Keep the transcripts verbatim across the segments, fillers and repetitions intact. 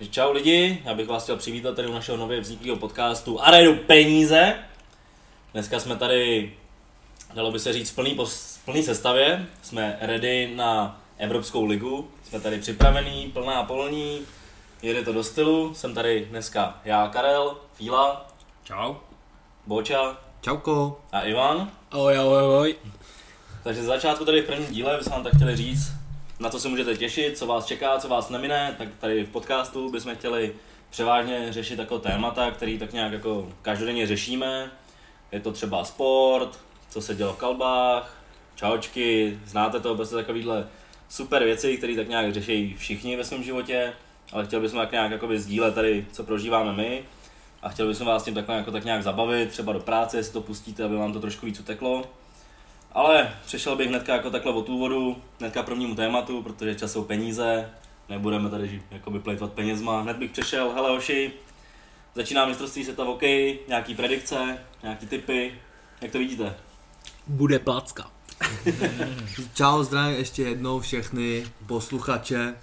Čau lidi, já bych vás chtěl přivítat tady u našeho nově vzniklého podcastu Arénu peníze. Dneska jsme tady, dalo by se říct, v plný, pos, plný sestavě. Jsme ready na Evropskou ligu, jsme tady připravený, plná polní, jede to do stylu. Jsem tady dneska já, Karel, Fíla. Čau. Boča. Čauko. A Ivan. Ahoj, ahoj, ahoj. Takže z začátku tady v prvním díle bychom vám tak chtěli říct, na co se můžete těšit, co vás čeká, co vás nemine, tak tady v podcastu bychom chtěli převážně řešit jako témata, který tak nějak jako každodenně řešíme. Je to třeba sport, co se dělo v kalbách, čaučky, znáte to, prostě takovýhle super věci, které tak nějak řeší všichni ve svém životě, ale chtěli bychom tak nějak jakoby sdílet tady, co prožíváme my a chtěli bychom vás tím takhle jako tak nějak zabavit, třeba do práce, jestli to pustíte, aby vám to trošku víc uteklo. Ale přešel bych hnedka jako takhle od úvodu, hnedka prvnímu tématu, protože čas jsou peníze, nebudeme tady jakoby plejtvat penězma. Hned bych přešel, hele hoši, začíná mistrovství světa v hokeji, nějaký predikce, nějaký tipy, jak to vidíte? Bude placka. Čau, zdravím ještě jednou všechny posluchače.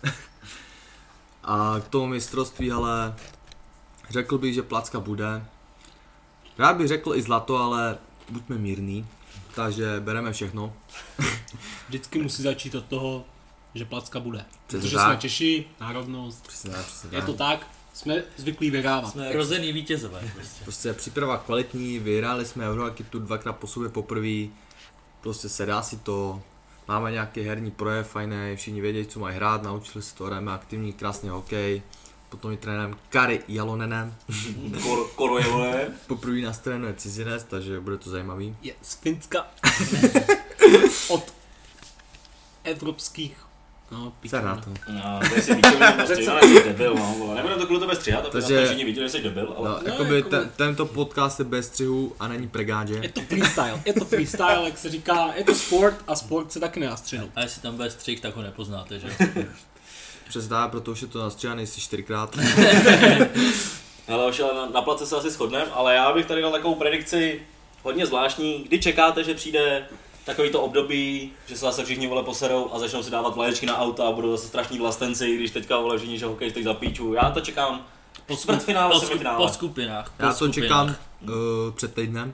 A k tomu mistrovství, ale řekl bych, že placka bude. Rád bych řekl i zlato, ale buďme mírní. Takže bereme všechno. Vždycky musí začít od toho, že placka bude. Přesně Protože tak. jsme Češi, národnost. Přesně, přesně Je to tak, jsme zvyklí vyhrávat. Jsme rozený vítězové. Prostě. Prostě příprava kvalitní, vyhráli jsme Eurohockey dvakrát po sobě poprvé. Prostě se dá si to. Máme nějaký herní projev, fajný, všichni vědějí, co mají hrát, naučili se to, hrajeme aktivní, krásný hokej. Potom i trénérem Kari Jalonenem. Kor, koro je Poprvé nás trénuje cizinec, takže bude to zajímavý. Je z Finska. Od evropských, no, Ser na to. No, to je si výčový, prostě, já nejsi debil, no, vole. Nebudeme to kvůli tebe stříhat, aby Takže- nás všichni viděli, že jsi debil, ale... No, No, jakoby jakoby- ten, tento podcast je bez střihu a není pregáže. Je to freestyle, je to freestyle, jak se říká, je to sport a sport se taky nedá střihnout. A jestli tam bude střih, tak ho nepoznáte, že? Přes dá, proto už je to nastříhaný si čtyřikrát. Hele, už ale na, na place se asi shodneme, ale já bych tady dal takovou predikci hodně zvláštní. Kdy čekáte, že přijde takový to období, že se zase všichni vole poserou a začnou si dávat vlaječky na auta a budou zase strašní vlastenci, když teďka vole všichni, že hokej stojí za píču. Já to čekám po čtvrtfinále, po, skup, semifinále. po skupinách. Po Já to skupinách. čekám uh, před týdnem.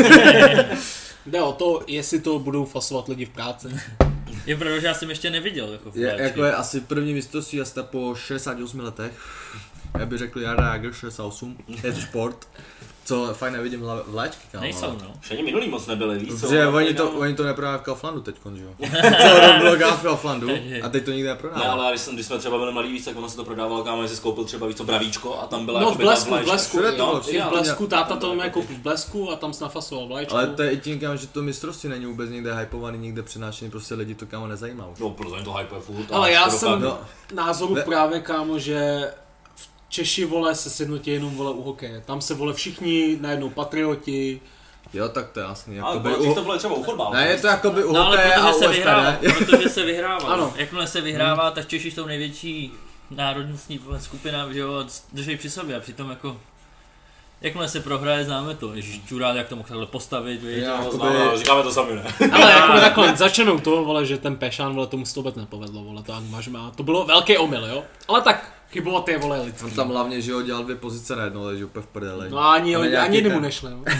Jde o to, jestli to budou fasovat lidi v práci. Je pravda, že já jsem ještě neviděl jako Je, fláčky. jako je asi první mistrovství asi po šedesáti osmi letech. Já bych řekl Jarda Jagr šedesát osm. Je to sport. Co fajn, nevidím hla- vláčky, kámo. Nejsou, no. Už ani minulý moc nebyli, víš co? Protože oni to, oni to neprodávají v Kauflandu teďkon, že jo? Co rok bylo v Kauflandu a teď to nikde Ne, neprodává. ale když, jsme- když jsme třeba byli mladí víc, tak ono se to prodávalo, kámo, si skoupil třeba víc co bravíčko a tam byla No v jakoby ta blesku, v vlaječka. blesku, Všude to jo, bylo, i v blesku, táta to Tam mě jako- koupil v blesku a tam snafasoval vlaječku. Ale to je i tím, kámo, že to mistrovství není vůbec nikde hypovaný, nikde přenášený, prostě lidi to kámo nezajímá už. No, Plzeň to hype furt. Ale já skoro jsem fakt. no. názoru Ne- právě, kámo, že v Češi vole se sjednotí jenom vole u hokeje. Tam se vole všichni, najednou patrioti. Jo, tak to je jasný. Ale Jakoby u... to u... bylo třeba u fotbalu. Ne, je to jakoby u No ale hokeje a protože u se S P vyhrává, D. protože se vyhrává. Ano. Jakmile se vyhrává, tak Češi jsou největší národnostní skupina, že jo, a drží při sobě a přitom jako... Jakmile se prohraje, známe to, ježiš, čurát, jak to mohl takhle postavit, víš, Já, jo. jakoby- Známe, ale říkáme to sami, ne? Ale jako takhle začnou to, vole, že ten Pešán, vole, tomu se to vůbec nepovedlo, vole, to angažmá. To bylo velký omyl, jo. Ale tak chybovat je, vole, lidský. On tam hlavně, že jo, dělal dvě pozice najednou, takže úplně v prdeli. No a ani, Ale ani, nějaký ani ten- mu nešli, no.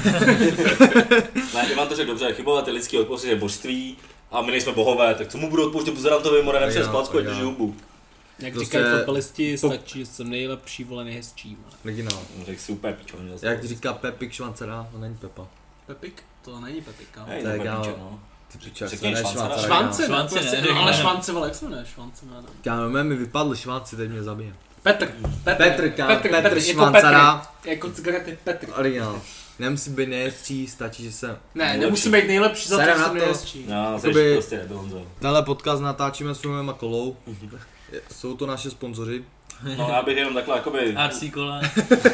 Ne, Ivan to řekl dobře, chybovat ty lidský odpověď je božství a my nejsme bohové, tak co mu budou odpouštět Buzerantovi, more nepřes Jo, placku a jo. drží hubu. Jak Prostě- říkají fotbalisti, po- stačí, že jsem nejlepší, vole, nejhezčí, vole. Originál. Řekl si úplně píčo. měl Jak jsem- říká Pepik Švancera, to není Pepa. Pepik? To není Pepik, kámo. Hej, Tak to je já- píčo, no. Ty pičo, jak se Řekni jmenuje Švancera. Švancera. Švance, ne, Švance ne, prostě, řekni, no, ale ne. švance, vole, jak se jmenuje švance, jméno? Kámo, mi vypadly švánci, teď mě zabije. Petr. Petr, Petr, kámo, Petr jako Švancera. Petr, jako cigarety Petr. Originál. Nemusí být nejhezčí, stačí, že jsem. Ne, Nejlepší. nemusím být nejlepší za to, Serem že na jsem to. nejhezčí. No, jsi Jakoby- prostě nebyl Honzo. Tenhle podcast natáčíme s Rumem a Kolou. Jsou to naše sponzoři. No, já bych jenom takhle jakoby... R C kola.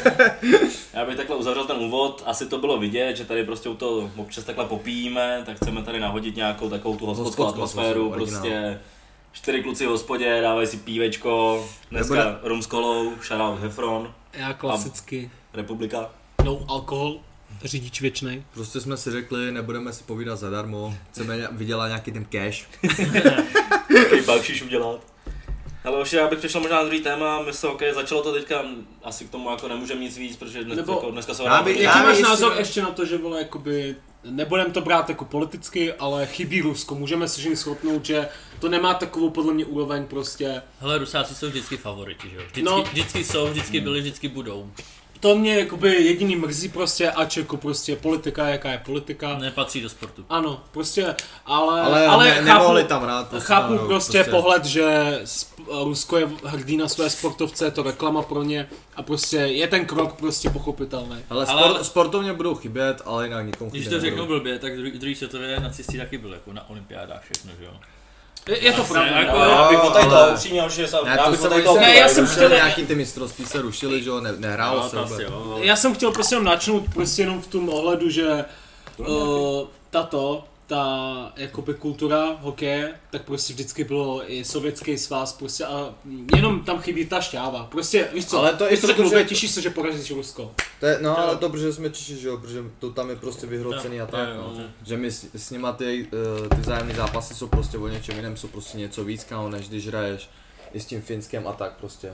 Já bych takhle uzavřel ten úvod, asi to bylo vidět, že tady prostě u to občas takhle popíjíme, tak chceme tady nahodit nějakou takovou tu hospodskou Hospodskou atmosféru, atmosféru, prostě čtyři kluci v hospodě, dávají si pívečko, dneska Nebude- rum s kolou, shoutout Hefron, Já klasicky. Republika. No alkohol, řidič věčnej. Prostě jsme si řekli, nebudeme si povídat zadarmo, chceme ně- vydělat nějaký ten cash. Jaký bakšiš udělat. Ale už já bych přešel možná na druhý téma, my se okay, začalo to teďka, asi k tomu jako nemůžeme nic víc, protože dnes, Nebo- jako dneska se Já bych- hodně- Jaký máš jestli- názor ještě na to, že vole, jakoby, nebudem to brát jako politicky, ale chybí Rusko. Můžeme se že shodnout, že to nemá takovou podle mě úroveň prostě. Hele, Rusáci jsou vždycky favoriti, že jo? Vždycky, No. vždycky jsou, vždycky byli, vždycky budou. To mě jakoby jediný mrzí prostě, ač jako prostě politika, jaká je politika. Nepatří do sportu. Ano, prostě, ale, Ale, ale ne, chápu, nemohli tam hrát. prostě chápu tam hrát, prostě, pohled, že sp- Rusko je hrdý na své sportovce, je to reklama pro ně a prostě je ten krok prostě pochopitelný. Ale, Ale- sport, sportovně budou chybět, ale jinak nikomu Když chybět to řeknu nebudou. blbě, tak druhý, druhý světové nacisti taky byli jako na olympiádách všechno, že jo? Je, je to Asi, pravda. jako- No, já bych o tady ale- to upřímně, že jsem, Ne, já to bych o se tady to to Ne, já jsem rušili, chtěl- nějaký ty mistrovství se rušily, že jo, ne, nehrálo No, se to asi vůbec. jo. Já jsem chtěl prostě jenom načnout prostě jenom v tom ohledu, že uh, tato, ta jakoby kultura hokeje, tak prostě vždycky bylo i sovětský svaz prostě a jenom tam chybí ta šťáva. Prostě, víš co, Ale to je když to řeknu protože- blbě, těšíš se, že porazíš Rusko. To je, no ale to, protože jsme Češi, že jo, protože to tam je prostě vyhrocený a tak, Jo, jo, no. jo. Že my s, s nima ty, uh, ty vzájemné zápasy jsou prostě o něčem jiném, jsou prostě něco víc, kámo, než když hraješ i s tím Finskem a tak prostě.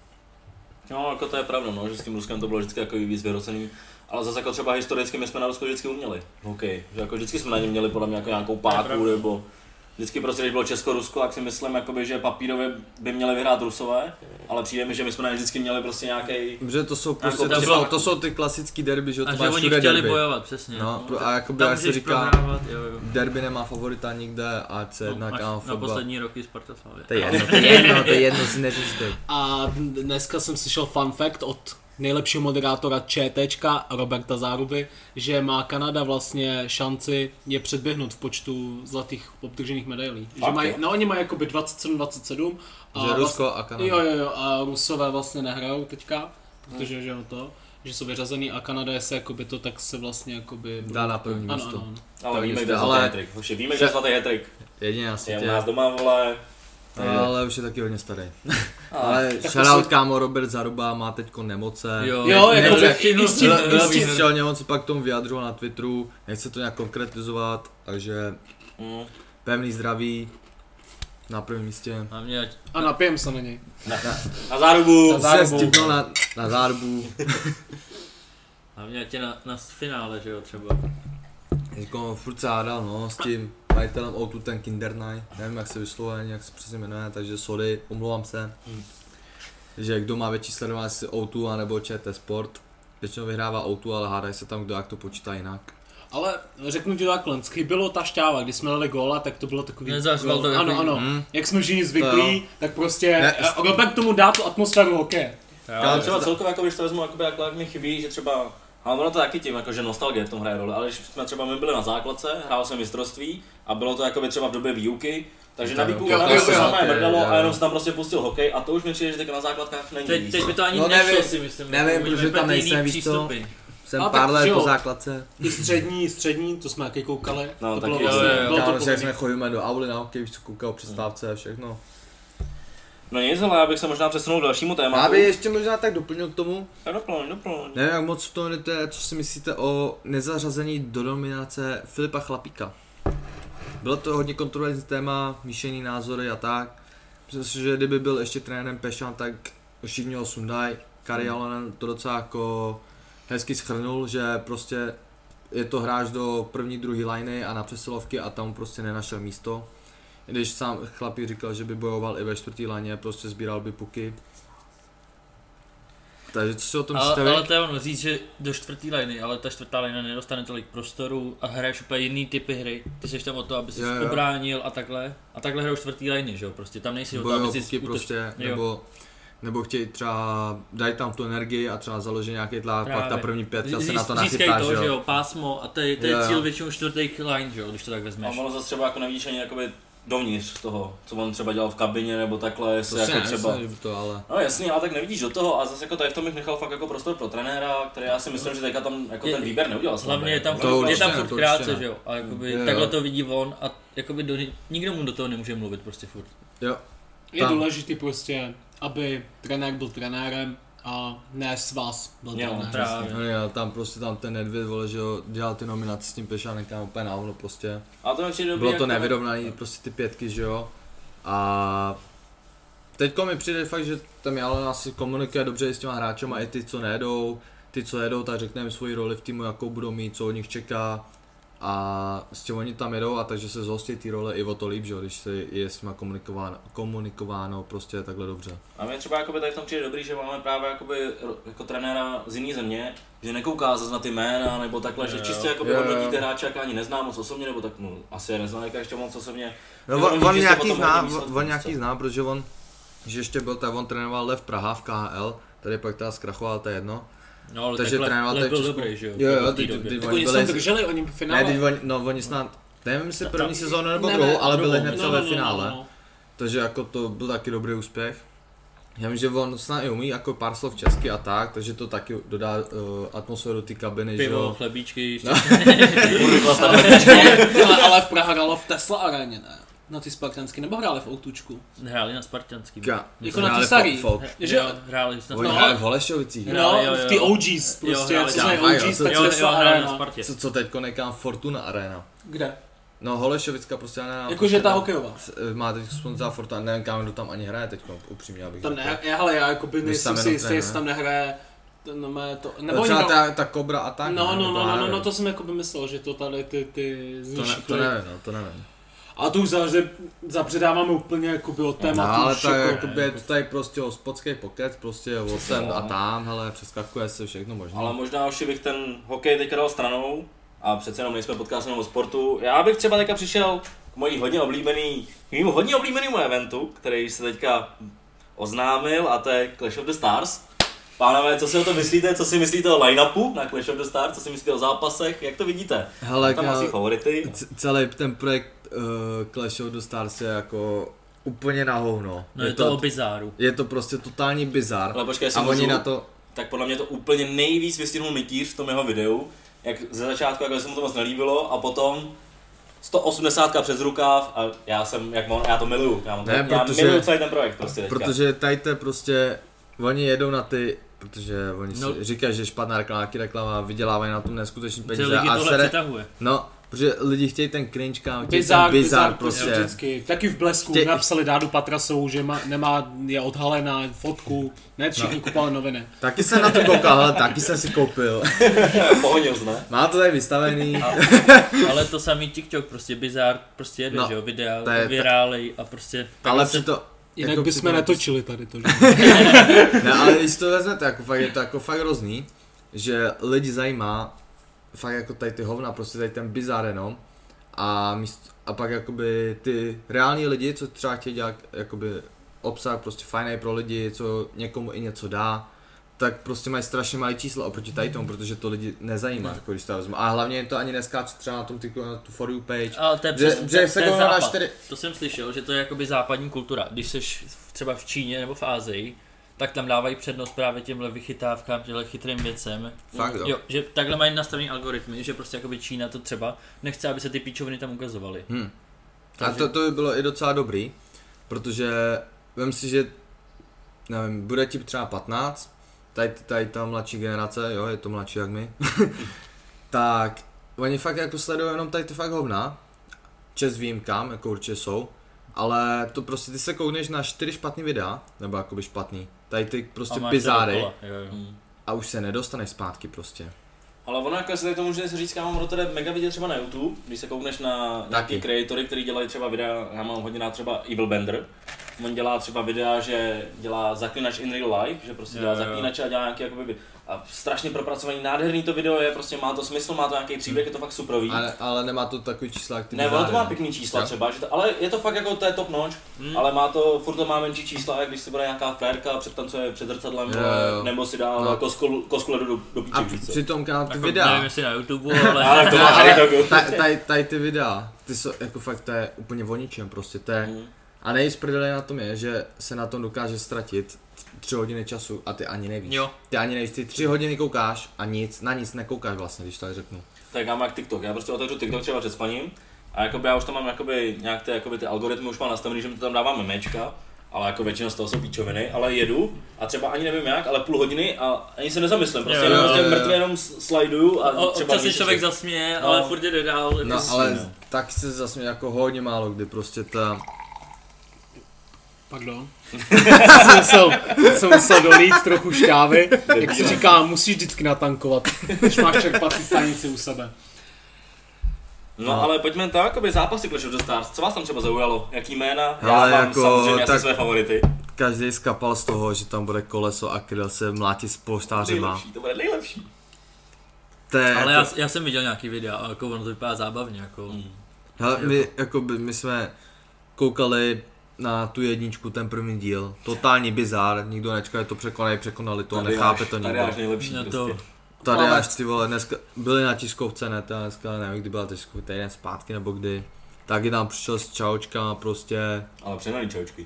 No, jako to je pravda, no, že s tím Ruskem to bylo vždycky jako víc vyhrocený. Ale zase jako třeba historicky my jsme na Rusko vždycky uměli. OK, že jako vždycky jsme na ně měli podle mě jako nějakou páku, pravda. nebo vždycky prostě, když bylo Česko-Rusko, tak si myslím, jakoby, že papírově by měli vyhrát Rusové, ale přijde mi, že my jsme na ně vždycky měli prostě nějaký. Protože to jsou prostě, Jako to, bylo- jsou, to jsou ty klasický derby, že jo, A to že máš oni všude chtěli derby. bojovat, přesně. No, pro- a jakoby, tam jak se můžeš říká, prohrávat, jo, jo. derby nemá favorita nikde, ať se No, jedná až kámo na fotbal. poslední roky Sparta Slavie. To je jedno, to je jedno, to je jedno, si neřešte. A dneska jsem slyšel fun fact od nejlepšího moderátora ČTčka Roberta Záruby, že má Kanada vlastně šanci je předběhnout v počtu zlatých obdržených medailí. Že Fakt, mají, jo? no oni mají jakoby dvacet sedm dvacet sedm a Že Rusko a Kanada. Jo, jo, jo, a Rusové vlastně nehrajou teďka, protože že jo to, že jsou vyřazený a Kanada je se jakoby to tak se vlastně jakoby Dá na první ano, místo. ano, ano. Ale To víme, jistě, kde je ale- zlatý hetrik. Hoši, víme, kde je zlatý hetrik. Jedině asi Je u tě. nás doma, vole. Ale už je taky hodně starý. Ale Ale tak to shoutout si- kámo, Robert Zaruba má teďko nemoce. Jo, Jo, ne- jako ne- by- většinu- i s tím- ne- i s tím- ne- Stěl němoc, pak tomu vyjadřoval na Twitteru, nechce to nějak konkretizovat, takže mm, pevný zdraví na prvním místě. A mě ať... A napijem se na něj. na zárubu. Na zárubu. Se stipnul na, na zárubu. A mě ať je na, na finále, že jo, třeba. Jako furt se hádal, no, s tím majitelem O dva ten Kindernaj, nevím jak se vyslovuje, ani jak se přesně jmenuje, takže sorry, omlouvám se. Že kdo má větší sledování, jestli O dva anebo ČT Sport, většinou vyhrává O dva, ale hádají se tam kdo jak to počítá jinak. Ale řeknu ti takhle, chybělo ta šťáva, když jsme dali góla, tak to bylo takový... Nezařval to Ano, jako- ano, Hmm. jak jsme všichni To zvyklí, jo. tak prostě Ne, ne, Robert tomu dá tu atmosféru hokeje. Ale třeba celkově, jako, když to vezmu, jakoby, jako, jak mi chybí, že třeba, ale ono to taky tím, jako, že nostalgie v tom hraje roli, ale když jsme třeba my byli na základce, hrál jsem mistrovství a bylo to jakoby třeba v době výuky, takže To na jo, výuku jo, na to výuku jo, se samé jo, mrdalo jo. a jenom se tam prostě pustil hokej a to už mi přijde, že teď na základkách není. Teď, víc teď co. by to ani No, nešlo, nevím, si myslím. nevím, jako, protože úplně tam jiný nejsem, víš co? přístupy. Jsem A pár tak, let že jo. po základce. I střední, střední, to jsme taky koukali. No, to taky bylo jo, vlastně, jo, jo. bylo to Kámo, že pohodlný. jsme chodíme do auly na hokej, víš co, koukal o přestávce a všechno. No nic, ale já bych se možná přesunul k dalšímu tématu. Já bych ještě možná tak doplnil k tomu, Tak doplň, doplň. nevím jak moc v tom jdete, co si myslíte o nezařazení do nominace Filipa Chlapíka. Bylo to hodně kontroverzní téma, míšený názory a tak. Myslím, že kdyby byl ještě trenérem Pešan, tak všichni ho sundají. Kari Alonen to docela jako hezky shrnul, že prostě je to hráč do první, druhé liney a na přesilovky a tam prostě nenašel místo. I když sám Chlapík říkal, že by bojoval i ve čtvrtý lině, prostě sbíral by puky. Takže co si o tom myslíte Ale, vy? ale to je ono říct, že do čtvrtý liny, ale ta čtvrtá lina nedostane tolik prostoru a hraješ úplně jiný typy hry. Ty jsi tam o to, aby si Jo, jo. obránil a takhle. A takhle hrajou čtvrtý liny, že jo, prostě tam nejsi o to, aby Bojovky si prostě, Jo. nebo, nebo chtějí třeba, dají tam tu energii a třeba založí nějaký tlak, pak ta Právě. první pětka se Zís- na to získají nachytá, to, že že jo. jo, pásmo a to je, to je Jo, jo. cíl většinou čtvrtých line, že jo, když to tak A vezmeš. ono zase třeba jako nevidíš ani jakoby dovnitř toho, co on třeba dělal v kabině nebo takhle, To jestli si jako ne, třeba... že by to ale... No jasně, ale tak nevidíš do toho a zase jako tady v tom bych nechal fakt jako prostor pro trenéra, který já si myslím, že teďka tam jako Je- ten výběr neudělal slabý. Hlavně je tam, To furt, je určitě tam ne, furt to určitě krátce, ne. že jo, a jakoby Jo, jo. takhle to vidí on a jakoby do, nikdo mu do toho nemůže mluvit prostě furt. Jo, Je Tam. důležitý prostě, aby trenér byl trenérem a ne svaz byl Jo, trenérem. právě. no, jo, tam prostě tam ten Nedvěd, vole, že jo, dělal ty nominace s tím Pešánem, tam úplně na hovno prostě. A to mi přijde dobrý, Bylo jak to nevyrovnaný, prostě ty pětky, že jo. A teďko mi přijde fakt, že tam Jalon asi komunikuje dobře s těma hráčema, i ty, co nejedou, ty, co jedou, tak řekneme svoji roli v týmu, jakou budou mít, co od nich čeká a s tím oni tam jedou a takže se zhostí ty role i o to líp, že když se je s nima komunikováno, komunikováno prostě takhle dobře. A mě třeba jakoby tady v tom přijde dobrý, že máme právě jakoby, jako trenéra z jiný země, že nekouká zase na ty jména nebo takhle, jo, že čistě jakoby hodnotí ty hráče, jak ani neznám moc osobně, nebo tak no, asi je neznám ještě moc osobně. No on, on nějaký zná, on, on nějaký zná, protože on, že ještě byl tak, on trénoval Lev Praha v K H L, tady pak teda zkrachoval, to je jedno. No ale takže trénoval Lev byl dobrý, že jo? Jo, jo, ty, ty, ty, tak oni se drželi, oni v finále. Ne, ty, oni, no oni snad, nevím jestli první sezónu nebo druhou, ale byli hned no, ve no, finále. No, no. Takže jako to byl taky dobrý úspěch. Já vím, že on snad i umí jako pár slov česky a tak, takže to taky dodá uh, atmosféru té kabiny, pivo, že jo. chlebíčky, No. ale, ale v Praha hrálo v Tesla aréně, ne? Na ty spartanský, nebo hráli v Outučku? Hráli na spartanský. Ka- Jako na ty hráli starý. fo- fo- Že- Jo, hráli snad. Oni No. hráli v Holešovicích. Jo, No, jo, jo. v ty O Gs prostě, Jo, co hráli- jsou jo, O jo, Gs, to- tak Jo, jo, Tesla hráli na aréna. Spartě. Co, co teďko nekám Fortuna Arena. Kde? No Holešovická prostě arena. Jakože ta hokejová. Má teď sponzor Fortuna, nevím kam kdo tam ani hraje teďko, upřímně abych Tam řekl. ne, já, hele, já jako by Když nejsem tam si jenom jistý, ten, jestli ne? tam nehraje, no mé to, nebo Nebo oni třeba hrajou- ta, ta Kobra a tak, No, ne? no, Nebo no, já no, no, nevím. no, to jsem jako by myslel, že to tady ty, ty z To, ne, nižších to lig. nevím, no, to nevím. A to už záleží, zapředáváme úplně jakoby od No, tématu. ale už to je, jako- jakoby, je to tady prostě hospodský pokec, prostě od sem a tam, hele, přeskakuje se všechno možné. Ale možná už bych ten hokej teďka dal stranou a přece jenom nejsme podcastem o sportu. Já bych třeba teďka přišel k mojí hodně oblíbený, k mému hodně oblíbenému eventu, který se teďka oznámil a to je Clash of the Stars. Pánové, co si o to myslíte, co si myslíte o line-upu na Clash of the Stars, co si myslíte o zápasech, jak to vidíte? Hele, Tam ka- asi favority. c- celý ten projekt uh, Clash of the Stars je jako úplně na hovno. No je to o bizáru. je to prostě totální bizar. Ale počkej, jestli A oni můžu, na to, tak podle mě to úplně nejvíc vystihnul Mikýř v tom jeho videu, jak ze začátku, jako se mu to moc nelíbilo a potom sto osmdesát přes rukáv a já jsem, jak mám, já to miluju, já, mám to, Ne, já protože- miluju celý ten projekt prostě teďka. protože tady to je prostě, oni jedou na ty, protože oni si No. říkají, že je špatná reklama, jaký reklama, vydělávají na tom neskutečný Že peníze lidi a tohle sere, přitahuje. no, protože lidi chtějí ten cringe, kámo, chtějí Bizar, ten bizar prostě prostě. vždycky. Taky v Blesku Tě- napsali Dádu Patrasovou, že má, nemá, je odhalená fotku, ne všichni no. kupovali noviny. Taky jsem na to koukal, ale taky jsem si koupil. Pohodil jsi, ne? Má to tady vystavený. Ale to samý TikTok, prostě bizár, prostě jede, No, že jo, videa, to je- virálej a prostě... Ale se- při to, Jinak jako bychom při tom- netočili tady to, že? Ne, ale když to vezmete, jako fakt, je to jako fakt hrozný, že lidi zajímá fakt jako tady ty hovna, prostě tady ten bizar jenom a, míst, a pak jakoby ty reální lidi, co třeba chtějí dělat jakoby obsah prostě fajný pro lidi, co někomu i něco dá, tak prostě mají strašně malé čísla oproti tady tomu, protože to lidi nezajímá, jako když to vezmu. A hlavně jim to ani neskáče třeba na tom tyku, na tu for you page. Ale to je Že, přesně, že to, se to je kouknou na západ. čtyři, To jsem slyšel, že to je jakoby západní kultura. Když jsi třeba v Číně nebo v Asii, tak tam dávají přednost právě těmhle vychytávkám, těmhle chytrým věcem. Fakt jo. Jo, že takhle mají nastavený algoritmy, že prostě jakoby Čína to třeba nechce, aby se ty píčoviny tam ukazovaly. Hmm. A Takže- to, to by bylo i docela dobrý, protože vem si, že nevím, bude ti třeba patnáct, tady, tady ta mladší generace, jo, je to mladší jak my, tak oni fakt jako sledují jenom tady ty fakt hovna, čest výjimkám, jako určitě jsou, ale to prostě ty se koukneš na čtyři špatný videa, nebo jakoby špatný, tady ty prostě A máš to bizáry dokola, jo, jo. Hmm. a už se nedostaneš zpátky prostě. Ale ono jako se tady to může říct, kámo, ono to jde mega vidět třeba na YouTube, když se koukneš na nějaký creatory, který dělají třeba videa, já mám hodně rád třeba Evil Bender. On dělá třeba videa, že dělá zaklínač in real life, že prostě Jo, dělá jo. zaklínače a dělá nějaký jakoby, a strašně propracovaný, nádherný to video je, prostě má to smysl, má to nějaký příběh, je to fakt superový. Ale, ale nemá to takový čísla, jak ty Ne, ono bizáry, to má ne? pěkný čísla Jo. třeba, že to, ale je to fakt jako, to je top notch, Hmm. ale má to, furt to má menší čísla, jak když si bude nějaká frérka a předtancuje před zrcadlem, Jo, jo. nebo si dá No. no. kosku, kosku ledu do, do A píči, víc co. přitom kámo, ty Jako, videa, nevím jestli na YouTube, ale... Ale to Ne, má ale tady to. ta- tady, tady ty videa, ty jsou jako fakt, to je úplně o ničem prostě, to je, Mm. a nejvíc prdele na tom je, že se na tom dokáže ztratit tři hodiny času a ty ani nevíš. Jo. Ty ani nevíš, ty tři hodiny koukáš a nic, na nic nekoukáš vlastně, když to tak řeknu. Tak já mám jak TikTok, já prostě otevřu TikTok třeba před spaním a jakoby já už tam mám jakoby nějak ty, jakoby ty algoritmy už mám nastavený, že mi to tam dává memečka, ale jako většina z toho jsou píčoviny, ale jedu a třeba ani nevím jak, ale půl hodiny a ani se nezamyslím, prostě Jo, jenom jo, prostě jo. mrtvě jenom s- slajduju a O, třeba občas se víš, člověk že- zasměje, No. ale furt jde dál. No jako- ale no. tak se zase jako hodně málo kdy prostě ta, Pardon. jsem, musel, jsem musel dolít trochu šťávy. Jak se říká, musíš vždycky natankovat, když máš čerpací stanici u sebe. No, no ale pojďme tak, jakoby zápasy Clash of the Stars. Co vás tam třeba zaujalo? Jaký jména? Já Ale mám jako, samozřejmě tak- asi své favority. Každý skapal z toho, že tam bude koleso a Kryl se mlátí s polštářema. Nejlepší, to bude nejlepší. To je Ale jako, já, já jsem viděl nějaký videa a jako ono to vypadá zábavně, jako. Mm. hele, my, jako by, my jsme koukali na tu jedničku, ten první díl. Totální bizár, nikdo nečekal, že to překonají, překonali to, Tady nechápe až- to Tady nikdo. až nejlepší No to- prostě. Tady Ale- až ty vole, dneska byli na tiskovce, ne, teda dneska nevím, kdy byla tiskovka, týden zpátky nebo kdy. Taky tam přišel s čaučkama prostě. Ale přenaný čaučky.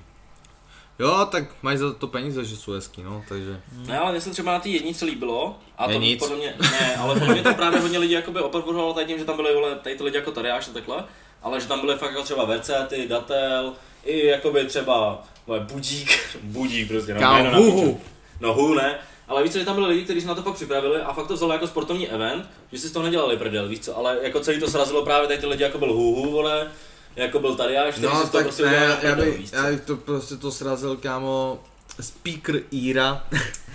Jo, tak mají za to peníze, že jsou hezký, no, takže. Ne, ale mně se třeba na té jednici líbilo. A Je to nic. podle mě, ne, ale podle mě to právě hodně lidí jakoby opovrhovalo tady tím, že tam byly vole, tady ty lidi jako Tadeáš a takhle. Ale že tam byly fakt jako třeba Vercety, Datel, i jakoby třeba vole, Budík, Budík prostě, no, Kámo, jméno na Huhu. piču. No Hu ne, ale víš co, že tam byli lidi, kteří se na to fakt připravili a fakt to vzali jako sportovní event, že si z toho nedělali prdel, víš co, ale jako celý to srazilo právě tady ty lidi, jako byl Huhu, vole, jako byl Tadeáš, který si No, z toho tak prostě ne, udělal já, prdel, bych, víš co. já bych to prostě to srazil, kámo, speaker Ira.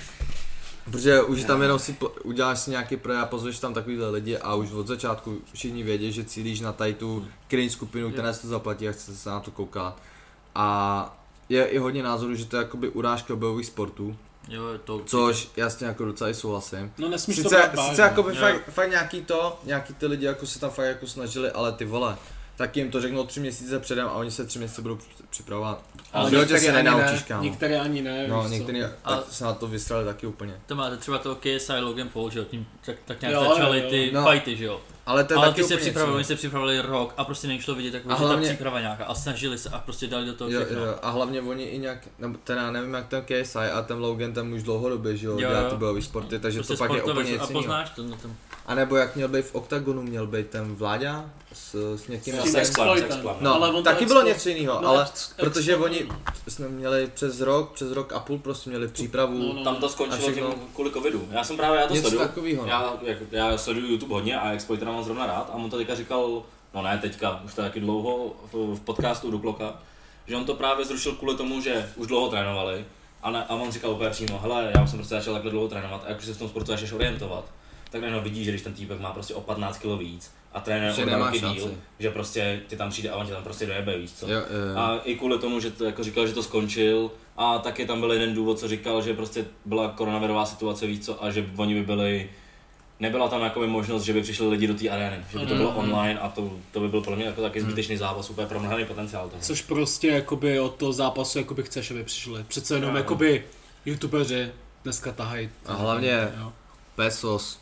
Protože už tam jenom si po, uděláš si nějaký projev a pozveš tam takovýhle lidi a už od začátku všichni vědí, že cílíš na tady tu cringe skupinu, která si to zaplatí a chce se na to koukat. A je i hodně názorů, že to je jakoby urážka bojových sportů, Jo, je to což jasně jako docela i souhlasím. No nesmíš to Sice, brát vážně. sice jakoby Jo. fakt, fakt nějaký to, nějaký ty lidi jako se tam fakt jako snažili, ale ty vole, tak jim to řeknou tři měsíce předem a oni se tři měsíce budou připravovat. Ale v životě některé se ani nenaučíš, ne, kámo. některé ani ne, No, víš co. některý Ale- tak se na to vystrali taky úplně. To máte třeba toho K S I Logan Paul, že jo, tím tak, tak nějak Jo, začaly jo, jo. ty No. fighty, že jo. Ale to je Ale taky ty se úplně připravili, oni něco. se připravili rok a prostě nešlo vidět, tak A že ta hlavně- příprava nějaká a snažili se a prostě dali do toho Jo, všechno. jo, a hlavně oni i nějak, nebo teda nevím jak ten K S I a ten Logan tam už dlouhodobě, že jo, Jo, dělá jo. ty bojový sporty, takže Prostě to pak je sportovec úplně a něco jiného. poznáš to na tom. A nebo jak měl být v Oktagonu, měl být ten Vláďa s, s někým S No, tím sex plan, exploitem. sex plan, No, ale on to taky bylo explo- něco jiného, no, ale ex- protože explo- oni jsme měli přes rok, přes rok a půl prostě měli přípravu. No, no. Tam to A skončilo všechno. tím kvůli covidu. Já jsem právě, já to Něco sleduju. takového, no. Já, jak, já sleduju YouTube hodně a Exploitera mám zrovna rád a on to teďka říkal, no ne teďka, už to taky dlouho v, v podcastu do Kloka, že on to právě zrušil kvůli tomu, že už dlouho trénovali a, ne, a on říkal úplně přímo, hele, já už jsem prostě začal takhle dlouho trénovat a jak už se v tom sportu začneš orientovat, tak najednou vidíš, že když ten týpek má prostě o patnáct kilo víc a trénuje Že o dva nemá roky šanci. díl, že prostě ti tam přijde a on tě tam prostě dojebe, víš co. Jo, jo, jo. A i kvůli tomu, že to jako říkal, že to skončil a taky tam byl jeden důvod, co říkal, že prostě byla koronavirová situace, víc co, a že oni by byli, nebyla tam jakoby možnost, že by přišli lidi do té arény, že by to bylo Mhm. online a to, to by byl pro mě jako taky zbytečný zápas, úplně promrhaný potenciál toho. Což prostě jakoby od toho zápasu jakoby chceš, aby přišli. Přece jenom Jo. jakoby youtubeři dneska tahají. A hlavně- Jo. Pesos.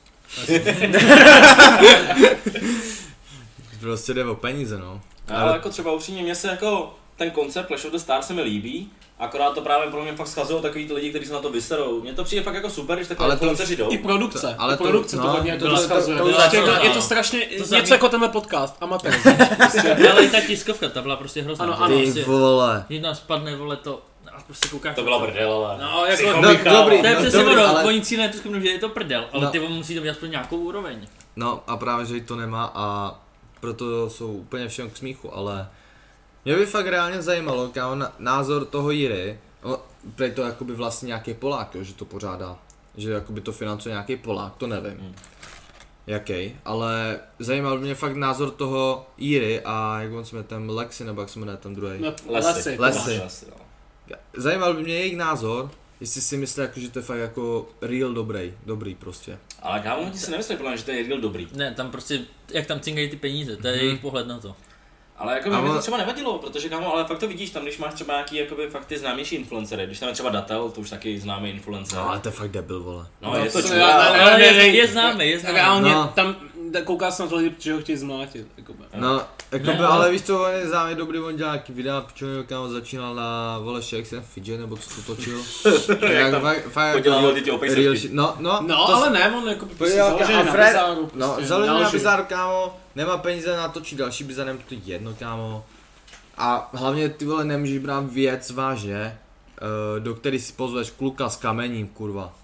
Prostě jde o peníze, no. Ale, ale jako třeba upřímně, mně se jako ten koncept Clash of the Stars se mi líbí, akorát to právě pro mě fakt schazují takový ty lidi, kteří se na to vyserou. Mně to přijde fakt jako super, když takové Ale to- influenceři jdou. I produkce, To- ale i to- produkce to, no, hodně to, to- to, to- schazuje. to- to- Prostě to- je, to, je to- to strašně, to něco samý- jako tenhle podcast, amatérismus. Prostě. Ale i ta tiskovka, ta byla prostě hrozná. Ano, že ano. Ty prostě vole. jedna spadne, vole, to a prostě koukáš. To byla prdel, ale... No, jako- Psychomika, No, dobrý, To je no, přesně dobrý, ono, ale- oni cílejí tu skupinu, že je to prdel, ale No. ty musí to mít aspoň nějakou úroveň. No a právě, že to nemá a proto jsou úplně všem k smíchu, ale mě by fakt reálně zajímalo, kámo, na- názor toho Jiry, no, prej to jakoby vlastně nějaký Polák, jo, že to pořádá, že jakoby to financuje nějaký Polák, to nevím. Hmm. Jaký, ale zajímal by mě fakt názor toho Jiry a jak on se jmenuje ten Lexi, nebo jak se jmenuje ten druhý. No, Lesy. lesy. Lesy. Lesy, no. Zajímal by mě jejich názor, jestli si myslí, jako, že to je fakt jako real dobrý, dobrý prostě. Ale kámo, ti si nemyslí, podle mě, že to je real dobrý. Ne, tam prostě, jak tam cingají ty peníze, to je jejich pohled na to. Ale jako Ale- mě to třeba nevadilo, protože kámo, ale fakt to vidíš tam, když máš třeba nějaký jakoby fakt ty známější influencery, když tam je třeba Datel, to už taky známý influencer. No ale to je fakt debil, vole. No, je to co- čurá, já- ale- já- Ale je, ne, je známý, je známý. Reálně No. tam kouká se na to lidi, protože ho chtějí zmlátit. Jakoby. No, jako Ne, by, ale- ale víš co, on je zámě dobrý, on dělá nějaký videa, pičově, kámo, začínal na, vole, Shakes and Fidget, nebo co to točil. Jak tam fakt, fakt podělával jako ty opej real srsti. shit. No, no, No, to ale s- ne, on jako prostě Podívej, založený a na Fred- bizáru. No, Prostě, založený na naložený. bizar, kámo, nemá peníze natočit další bizar, nem to jedno, kámo. A hlavně ty vole nemůžeš brát věc vážně, eh, do který si pozveš kluka s kamením, kurva.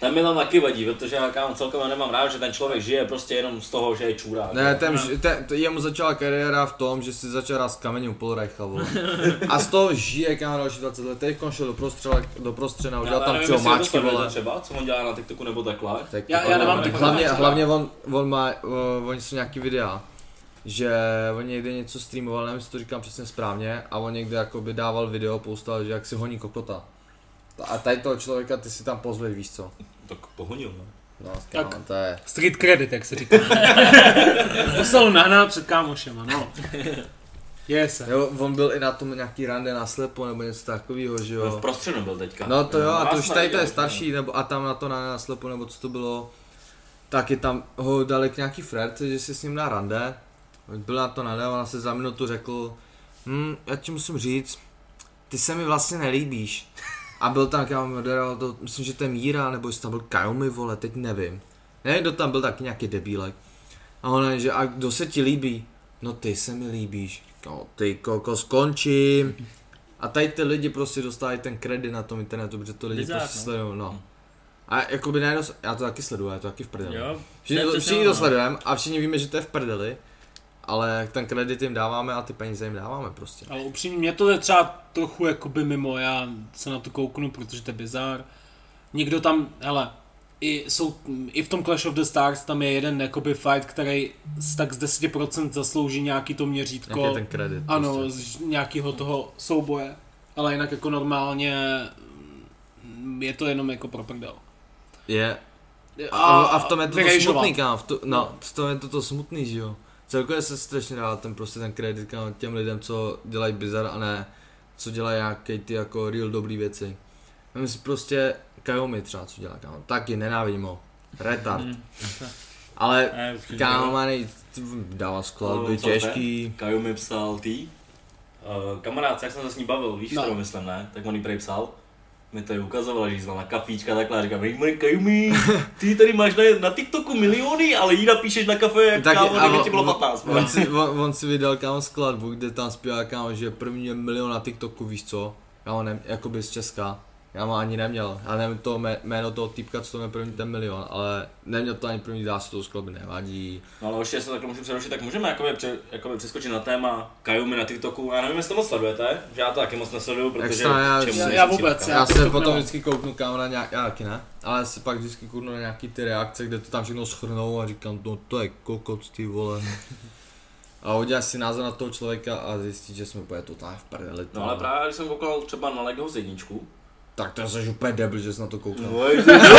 Tam mi tam taky vadí, protože já kámo celkově nemám rád, že ten člověk žije prostě jenom z toho, že je čůrák. Ne, ten, ten, ten, jemu začala kariéra v tom, že si začal rád s kamením Polreicha, vole. A z toho žije kámo další dvacet let, teď šel do prostřela, do prostřena, udělal tam čeho máčky, vole. Třeba, co on dělá na TikToku nebo takhle. Tak, Já, já nemám TikTok. hlavně, hlavně on, on má, uh, oni jsou nějaký videa, že on někde něco streamoval, nevím, jestli to říkám přesně správně, a on někde jakoby dával video, postal, že jak si honí kokota. A tady toho člověka ty si tam pozveš, víš co? Tak pohonil, no. No, kámo, to je... Street credit, jak se říká. Poslal nahnát před kámošema, no. Je se. Jo, on byl i na tom nějaký rande na slepo nebo něco takového, že jo. No v prostředu byl teďka. No to jo, a to už Jasné, tady to je jo, starší, nebo a tam na to na, na slepo, nebo co to bylo. Taky tam ho dali k nějaký frérce, že si s ním na rande. Byl na to nade, ona se za minutu řekl, hm, já ti musím říct, ty se mi vlastně nelíbíš. A byl tam, kámo, moderoval to, myslím, že to je Míra, nebo jestli tam byl Kajomi, vole, teď nevím. Ne, kdo tam byl taky nějaký debílek. A ona, že a kdo se ti líbí? No ty se mi líbíš. No ty koko, skončím. A tady ty lidi prostě dostávají ten kredit na tom internetu, protože to lidi Bizár, prostě no. sledují, no. A jakoby najednou, já to taky sleduju, já to taky v prdeli. Jo, Všichni, to to, je všichni přesně to ono. sledujeme a všichni víme, že to je v prdeli. Ale ten kredit jim dáváme a ty peníze jim dáváme prostě. Ale upřímně, mě to je třeba trochu jakoby mimo, já se na to kouknu, protože to je bizár. Někdo tam, hele, i, jsou, i v tom Clash of the Stars tam je jeden jakoby fight, který z, tak z deset procent zaslouží nějaký to měřítko. Jaký je ten kredit. Ano, prostě. z nějakého toho souboje. Ale jinak jako normálně mm, je to jenom jako pro prdel. Je. A, a, a v tom je to, to vyrejžovat. smutný, kámo, v, to, no, v tom je to, to smutný, že jo. Celkově se strašně dá ten prostě ten kredit, kámo, těm lidem, co dělají bizar a ne, co dělají nějaký ty jako real dobrý věci. Vem si prostě Kajomi třeba, co dělá, kámo, taky nenávidím ho, retard. Mm. Ale Ne, určitě kámo, ne. má nej, dává skladby, Co to je? těžký. Kaju mi psal ty. Uh, kamarád, jak jsem se s ní bavil, víš, No. kterou myslím, ne? Tak on jí prej psal. Mi to ukazovala, že jízdal na kafíčka takhle a říkám, hej man, Kajumi, ty tady máš na, na TikToku miliony, ale jí napíšeš na kafe, jak Tak, kámo, a kdyby on- ti bylo patnáct. On si, on, on si vydal kámo skladbu, kde tam zpívá kámo, že první je milion na TikToku, víš co? Kámo, ne, jakoby z Česka. Já ho ani neměl, já nevím to mé- jméno toho týpka, co to měl první ten milion, ale neměl to ani první dá se toho skladby, nevadí. No ale ještě, jestli takhle můžu přerušit, tak můžeme jakoby, pře, jakoby přeskočit na téma Kajumi na TikToku. Já nevím, jestli to moc sledujete, že já to taky moc nesleduju, protože Extra, já- čemu Já- nejsi já vůbec, cílka. já- Já se TikTok potom nemám. vždycky kouknu kámo na nějak, já taky ne, ale se pak vždycky kouknu na nějaký ty reakce, kde to tam všechno schrnou a říkám, no to je kokot ty vole. A uděláš si názor na toho člověka a zjistíš, že jsme úplně totálně v prdeli. No ale právě, když jsem koukal třeba na Lego z jedničku. Tak to jsi úplně debil, že jsi na to koukal. No,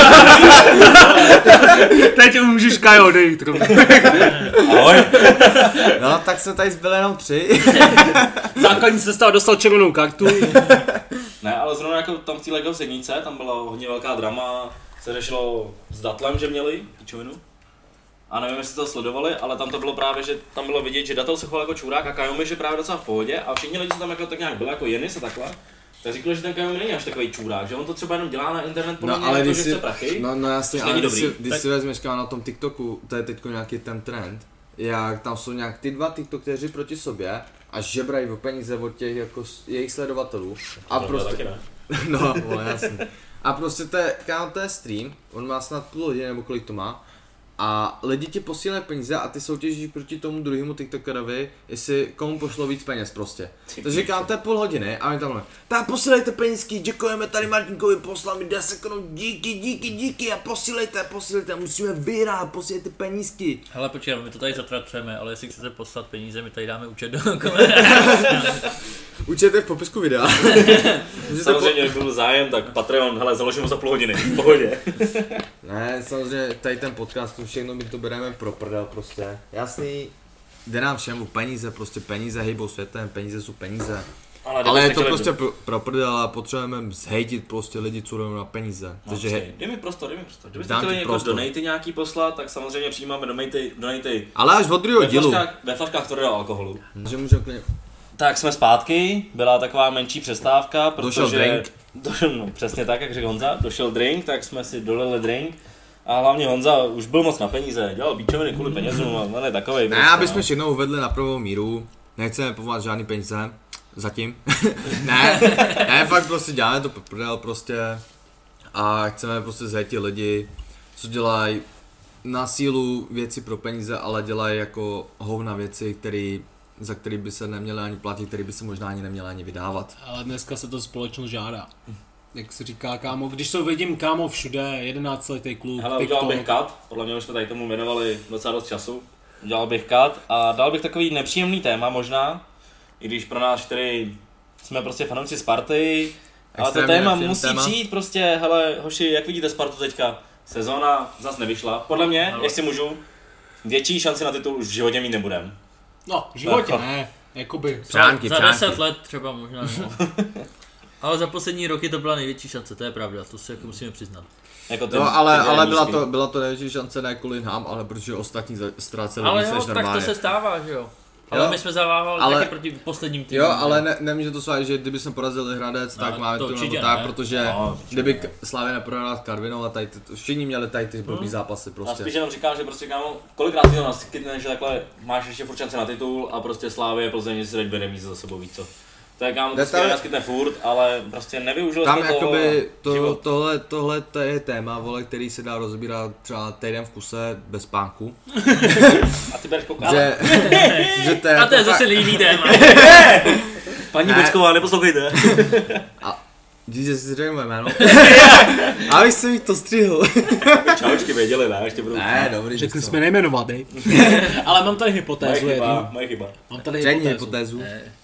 Teď můžeš Kajo odejít, rovně. ahoj. No tak jsme tady zbyli jenom tři. Základní sestava dostal červenou kartu. Ne, ale zrovna jako tam v té Lego sednice, tam byla hodně velká drama, se řešilo s Datlem, že měli pičovinu. A nevím, jestli to sledovali, ale tam to bylo právě, že tam bylo vidět, že Datel se choval jako čurák a Kajumi, že právě docela v pohodě a všichni lidi, co tam jako tak nějak byli, jako Jenis a takhle, tak říkali, že ten Kajumi není až takový čurák, že on to třeba jenom dělá na internet podle No mě, ale jako, když že si, chce prachy. no, no jasně, což ale není když, dobrý. si, když Tak- si vezmeš kámo na tom TikToku, to je teďko nějaký ten trend, jak tam jsou nějak ty dva TikTokeři proti sobě a žebrají o peníze od těch jako s- jejich sledovatelů a To prostě, taky ne. no, vole, jasně. A prostě to je, kámo, to je stream, on má snad půl hodiny nebo kolik to má. A lidi ti posílají peníze a ty soutěžíš proti tomu druhému TikTokerovi, jestli komu pošlo víc peněz prostě. Takže říkám, to je půl hodiny a my tam tak posílejte penízky, děkujeme tady Martinkovi, poslal mi deset korun, díky, díky, díky a posílejte, posílejte, musíme vyhrát, posílejte penízky. Hele, počkej, my to tady zatracujeme, ale jestli chcete poslat peníze, my tady dáme účet do Účet je v popisku videa. Samozřejmě, jak byl zájem, tak Patreon, hele, založím ho za půl hodiny, v pohodě. Ne, samozřejmě tady ten podcast, to všechno my to bereme pro prdel prostě. Jasný, jde nám všem o peníze, prostě peníze hejbou světem, peníze jsou peníze. Ale, Ale je kdybyste to chtěli- prostě pro, pro prdel a potřebujeme zhejtit prostě lidi, co jdou na peníze. No, Takže počkej, he, dej mi prostor, dej mi prostor. Kdybyste Dám ti chtěli jako prostor. donaty nějaký poslat, tak samozřejmě přijímáme donaty, donaty ale až od druhého ve dílu. flaškách, ve flaškách tvrdého alkoholu. Takže můžeme klidně... Tak jsme zpátky, byla taková menší přestávka, protože... Došel drink. Došel, no, přesně tak, jak řekl Honza, došel drink, tak jsme si dolili drink. A hlavně Honza už byl moc na peníze, dělal bíčoviny kvůli penězům, a on je takovej. Ne, aby jsme všechno uvedli na pravou míru, nechceme povolat žádný peníze, zatím. ne, ne, fakt prostě děláme to pro prdel prostě. A chceme prostě zajít lidi, co dělají na sílu věci pro peníze, ale dělají jako hovna věci, který, za které by se neměly ani platit, které by se možná ani neměly ani vydávat. Ale dneska se to společnost žádá. Jak se říká, kámo, když to vidím, kámo, všude, jedenáctiletý kluk, Hele, udělal bych cut, podle mě už jsme tady tomu věnovali docela dost času. Udělal bych cut a dal bych takový nepříjemný téma možná, i když pro nás čtyři jsme prostě fanoušci Sparty, ale to téma musí téma. přijít prostě, hele, hoši, jak vidíte Spartu teďka? Sezóna zas nevyšla, podle mě, no. Jestli můžu, větší šanci na titul už v životě mít nebudem. No, v životě ne, jakoby. Přánky, za přánky. deset let třeba možná, no. Ale za poslední roky to byla největší šance, to je pravda, to si jako musíme přiznat. Jako ten, no, ale, ale byla, to, byla to největší šance ne kvůli nám, ale protože ostatní ztráceli víc než normálně. Ale jo, tak to se stává, že jo. Ale jo, my jsme zavávali ale, taky proti posledním týmu. Jo, ale ne, nemůže to stát, že kdyby jsme porazili Hradec, no, tak máme to nebo tak, ne. protože no, kdyby Slavia neprohrál s Karvinou a tady ty, všichni měli tady ty blbý hmm. zápasy prostě. A spíš jenom říkám, že prostě kámo, kolikrát si to naskytne, že takhle máš ještě furt šanci na titul a prostě Slavie Plzeň si teď bude mít za sebou víc co. To je kámo, to si naskytne furt, ale prostě nevyužil tam jakoby to, tohle, tohle to je téma, vole, který se dá rozbírat třeba týden v kuse bez spánku. A ty bereš poklad. Že, že to je a to je zase líbý téma. Paní Bečková, neposlouchejte. A díže si řekl moje jméno. A vy jsem jich to strihl. Čaučky věděli, ne? Ještě budou. Ne, dobrý. Řekli jsme nejmenovaný. Ale mám tady hypotézu jednu. Moje chyba. Mám tady hypotézu. hypotézu.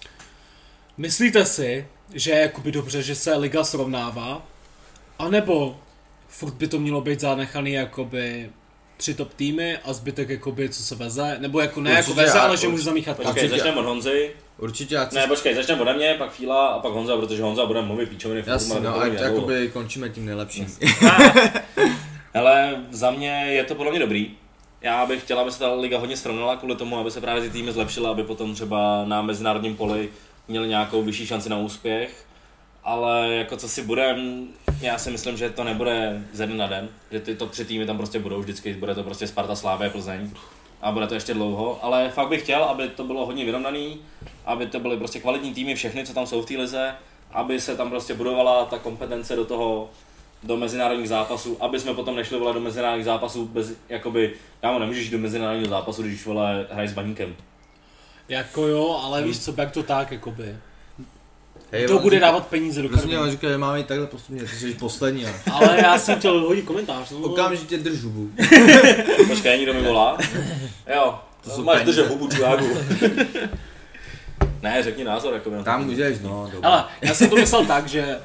Myslíte si, že je jakoby dobře, že se liga srovnává? A nebo furt by to mělo být zanechaný jakoby tři top týmy a zbytek jakoby co se veze? Nebo jako ne určitě, jako veze, ale že můžu zamíchat. Počkej, začneme od Honzy. Určitě. Já ne, počkej, začneme ode mě, pak Fíla a pak Honza, protože Honza bude mluvit píčoviny. Jasně, no a jakoby končíme tím nejlepším. Hele, za mě je to podle mě dobrý. Já bych chtěla, aby se ta liga hodně srovnala kvůli tomu, aby se právě ty týmy zlepšily, aby potom třeba na mezinárodním poli měli nějakou vyšší šanci na úspěch, ale jako co si budem, já si myslím, že to nebude ze dne na den, že ty top tři týmy tam prostě budou vždycky, bude to prostě Sparta, Slavia, Plzeň a bude to ještě dlouho, ale fakt bych chtěl, aby to bylo hodně vyrovnaný, aby to byly prostě kvalitní týmy všechny, co tam jsou v té lize, aby se tam prostě budovala ta kompetence do toho, do mezinárodních zápasů, aby jsme potom nešli vole do mezinárodních zápasů bez, jakoby, kámo, nemůžeš jít do mezinárodního zápasu, když vole hraješ s Baníkem. Jako jo, ale víš co, jak to tak, jakoby. Hey, to bude říká, dávat peníze do karmy. Prostě říká, že máme jít takhle postupně, ty jsi poslední. Ale, ale já jsem chtěl hodit komentář. No. Okamžitě drž hubu. Počkej, někdo mi volá? Jo, to to máš držet hubu, čuráku. Ne, řekni názor, jako tam. Tam můžeš, no, dobře. Hele, já jsem to myslel tak, že...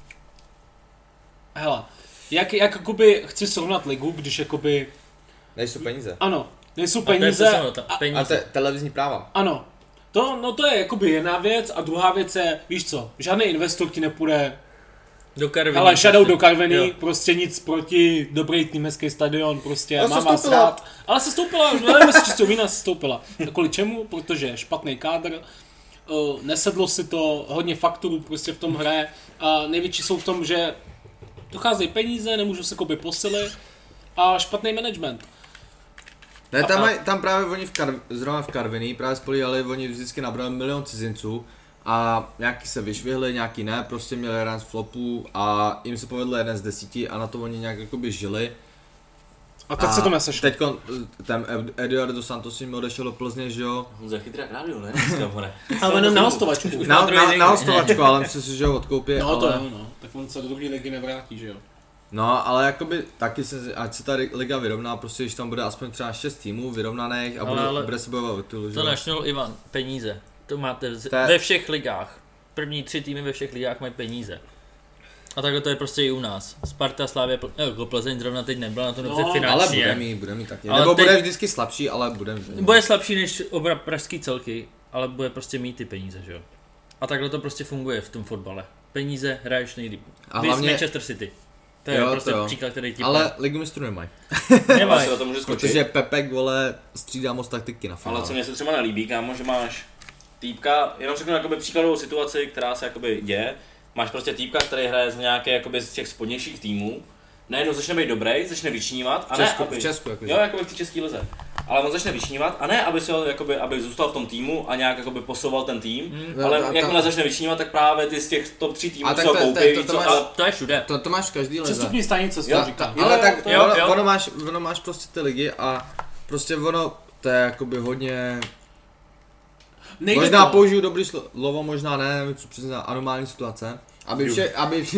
Hele, jak, jak jakoby chci srovnat ligu, když jakoby... Nejsou peníze. Ano, nejsou peníze. A, to a, a te, televizní práva. Ano. To, no to je jakoby jedna věc a druhá věc je, víš co, žádný investor ti nepůjde do Karviní. Ale shadow do Karviní, prostě nic proti dobrý tým, hezký stadion, prostě ale mám vás rád. Ale se stoupila, nevím jestli čistou vína se stoupila. A kvůli čemu? Protože špatný kádr, uh, nesedlo si to, hodně faktorů prostě v tom hraje a největší jsou v tom, že docházejí peníze, nemůžou se koby posily a špatný management. Ne, tam, maj, tam právě oni v Kar, zrovna v Karviní právě spolíhali, oni vždycky nabrali milion cizinců a nějaký se vyšvihli, nějaký ne, prostě měli jeden z flopů a jim se povedlo jeden z desíti a na to oni nějak jakoby žili. A teď a se to nesešlo. Teďko ten Eduardo Santos jim odešel do Plzně, že jo? On za chytrák rádio, ne? Ale jenom na hostovačku. Na, na, na hostovačku, ale myslím si, že ho odkoupí. No ale... to jo, no. Tak on se do druhé ligy nevrátí, že jo? No, ale jakoby taky se, ať se ta liga vyrovná, prostě když tam bude aspoň třeba šest týmů vyrovnaných a bude, bude se bojovat o tu. To našel Ivan, peníze. To máte z, ve všech ligách. První tři týmy ve všech ligách mají peníze. A takhle to je prostě i u nás. Sparta, Slavia, Pl- jako Plzeň zrovna teď nebyla na to dobře no, finančně. Ale bude mít, bude mít taky. Nebo teď bude vždycky slabší, ale bude mít. Bude slabší než oba pražský celky, ale bude prostě mít ty peníze, že jo. A takhle to prostě funguje v tom fotbale. Peníze, hraješ nejlíp. A hlavně Manchester City. To je jo, prostě to příklad, který ti ale ligu mistrů nemají. Nemají. Protože Pepek, vole, střídá moc taktiky na finále. Ale co mě se třeba nelíbí, kámo, že máš týpka, jenom řeknu jakoby příkladovou situaci, která se jakoby děje. Máš prostě týpka, který hraje z nějaké jakoby z těch spodnějších týmů. Najednou začne být dobrý, začne vyčnívat a Česku, ne, aby, v Česku, jako jo, jakoby v té české lize. ale on začne vyčnívat a ne, aby se jakoby, aby zůstal v tom týmu a nějak jakoby posouval ten tým, mm. ale no, jakmile začne vyčnívat, tak právě ty z těch top tří týmů se ho koupí, to, to, to, to je všude. To, to máš každý lize. Přestupní stanice se to říká. Ale jo, tak to, jo, ono, jo. ono, máš, ono máš prostě ty ligy a prostě ono, to je jakoby hodně... Nejde možná to. použiju dobrý slovo, možná ne, nevím co přesně, anomální situace. Aby, vše, aby, vše,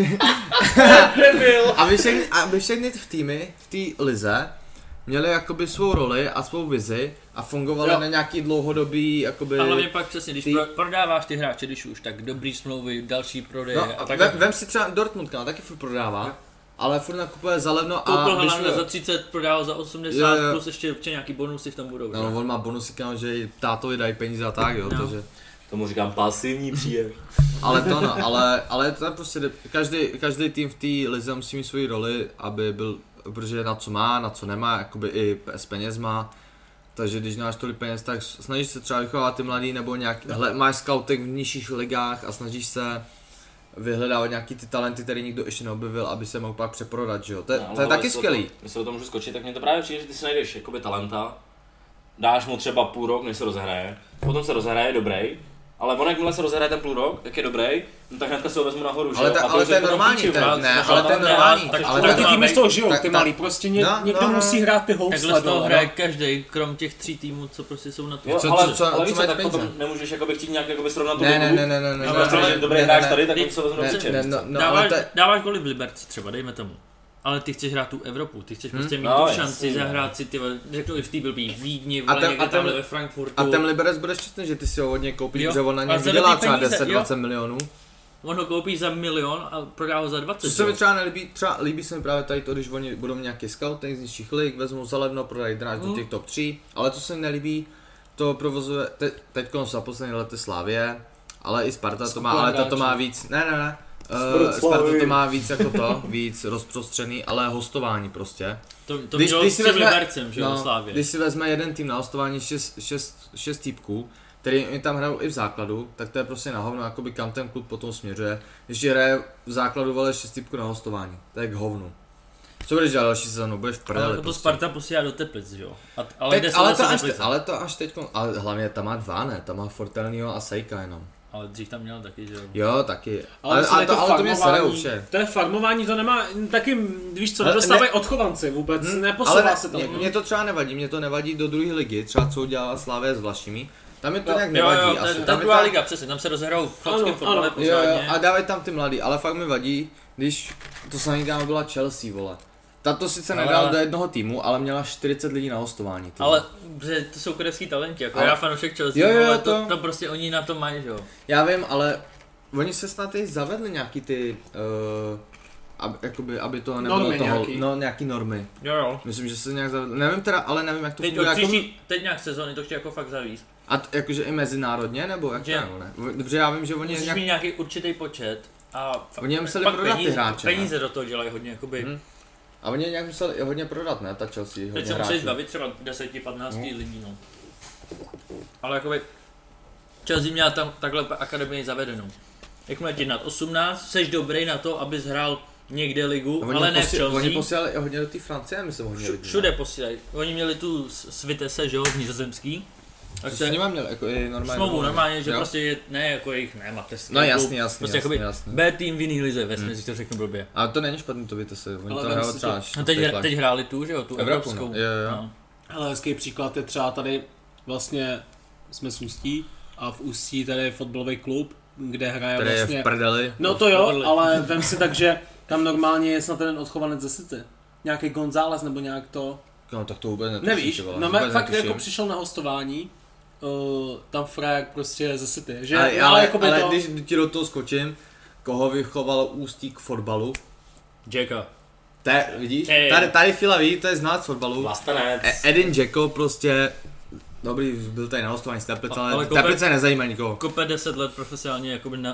aby, všechny, aby všechny v týmy, v té lize, měli jakoby svou roli a svou vizi a fungovali jo. na nějaký dlouhodobý jakoby... A hlavně pak přesně, když ty... prodáváš ty hráče, když už, tak dobrý smlouvy, další prodeje no, a tak. Vem, vem si třeba Dortmund, no, taky furt prodává, jo. ale furt nakupuje za levno a... Koupil Haaland za třicet, prodával za osmdesát, jo, jo. Plus ještě určitě nějaký bonusy v tom budou. No, on má bonusy, že tátovi dají peníze a tak, jo, no. takže... Tomu říkám pasivní příjem. Ale to no, ale, ale to je prostě, každý, každý tým v té lize musí mít svoji roli, aby byl, protože na co má, na co nemá, jakoby i s penězma. Takže když máš tolik peněz, tak snažíš se třeba vychovávat ty mladý, nebo nějak, hle, máš scouting v nižších ligách a snažíš se vyhledávat nějaký ty talenty, které nikdo ještě neobjevil, aby se mohl pak přeprodat, že jo. To, no, to je taky skvělý. Když se do toho můžu skočit, tak mě to právě přijde, že ty si najdeš jakoby talenta, dáš mu třeba půl rok, než se rozehraje, potom se rozehraje, dobrý. Ale on, jakmile se rozehraje ten půl rok, jak je dobrý, no tak hnedka se ho vezmu nahoru, že ale ta, jo? Ale to je normální, ten, ne, ale to je normální. Ale ty týmy z toho žijou, ty malí, prostě ně, no, někdo no, musí hrát ty housle. Takhle z toho hraje každý, krom těch tří týmů, co prostě jsou na to. Jo, ale, co, ale víš co, tak potom nemůžeš jakoby chtít nějak jakoby srovnat tu ne, ne, ne, ne, ne, ne, ne, dobrý hráč tady, tak on se vezmu do ne, no, no, dáváš, te... dáváš goly v Liberci třeba, dejme tomu. Ale ty chceš hrát tu Evropu, ty chceš hmm? prostě mít no, tu šanci jasný, zahrát si ty, řeknu i v té blbý Vídni, v někde tamhle ve Frankfurtu. A ten Liberec bude šťastný, že ty si ho hodně koupíš, protože on na něm vydělá třeba deset dvacet milionů. On ho koupí za milion a prodá ho za dvacet. Co se mi třeba nelíbí, třeba líbí se mi právě tady to, když oni budou nějaký scouting z nižších lig, vezmou za levno, prodají dráž mm. do těch top tří, ale co se mi nelíbí, to provozuje, te, teďko za poslední lety Slavie, ale i Sparta to má, ale ta to má víc, ne ne ne. Uh, Sparta to má víc jako to, víc rozprostřený, ale hostování prostě. To, to když, když si vezme, Libercem, že no, Slávě. Když si vezme jeden tým na hostování, šest týpků, který tam hrajou i v základu, tak to je prostě na hovno, jakoby kam ten klub potom směřuje. Když hraje v základu vole šest týpků na hostování, to je k hovnu. Co budeš dělat další sezónu, budeš v prdeli. Ale to prostě. Sparta posílá do Teplic, jo? A, ale, Teď, ale, to až, ale to až teď, ale hlavně tam má dva, ne? Tam má Fortelního a Sejka jenom. Ale dřív tam měl taky, že jo? Jo, taky. Ale, ale, ale, to, ale to mě sere už je. To je farmování, to nemá, taky, víš co, nedostávají odchovanci vůbec, hmm, neposouvá se tam. Mě to třeba nevadí, mě to nevadí do druhé ligy, třeba co udělala Slavia s Vlašimi. Tam je to nějak nevadí. Jo, jo, asi. Ta druhá liga, přesně, tam se rozhrajou chlapským fotbalem pořádně. A dávají tam ty mladý, ale fakt mi vadí, když to samý kámo byla Chelsea, vole. Tato sice ale, nedal do jednoho týmu, ale měla čtyřicet lidí na hostování. Týmu. Ale to jsou korejský talenti, jako ale, já fanoušek Chelsea, jo, jo, ale to, to, to prostě oni na to mají, že jo. Já vím, ale oni se snad i zavedli nějaký ty, uh, aby, jakoby, aby to nebylo normy toho, nějaký. no nějaký normy. Jo jo. Myslím, že se nějak zavedli, nevím teda, ale nevím jak to teď, funguje. Příští, jako... teď nějak sezóny to chtějí jako fakt zavíst. A t- jakože i mezinárodně, nebo jak že, to ne? Dobře, já vím, že oni musíš nějak... mít nějaký určitý počet a oni museli prodat peníze, ty hráče, peníze ne? Do toho dělají hodně, jakoby. Hmm. A oni nějak museli hodně prodat, ne, ta Chelsea, hodně teď se museli zbavit třeba deset patnáct hmm. lidí, no. Ale jakoby Chelsea měla tam takhle akademii zavedenou. Jakmile ti nad osmnáct, seš dobrý na to, abys hrál někde ligu, oni ale ne v Chelsea. Oni posílali hodně do té Francie, myslím hodně lidí. Všude posílají. Oni měli tu Svitese, že jo, nizozemský. Tak se s nimi měli jako i normálně. Smlouvu normálně, že jo? Prostě je, ne jako jejich, ne mateřský. No jasný, jasný, prostě jasný, jasný. B tým v jiný lize, vesměs, hmm. to řeknu blbě. Ale to není špatný to Vitesse, oni to hrajou třeba. No teď, teď hráli tu, že jo, tu Evropu, evropskou. No. Jo, jo. No. Ale hezký příklad je třeba tady, vlastně jsme z Ústí a v Ústí tady je fotbalový klub, kde hraje tady vlastně... je v prdeli. No to jo, ale vem si tak, že tam normálně je snad ten odchovanec ze City. Nějaký González nebo nějak to... No tak to vůbec netuším. Nevíš, no fakt netuším. Jako přišel na hostování, uh, tam fraják prostě ze City, že? Ale, ale, jako ale to... když ti do toho skočím, koho vychovalo Ústí k fotbalu? Jacka. Te, vidíš? Hey. Tady, tady Fila ví, to je znát fotbalu. Vlastenec. E- Edin Dzeko prostě... Dobrý, byl tady na hostování z Teplice, ale, ale Teplice nezajímá nikoho. Kope deset let profesionálně jakoby na,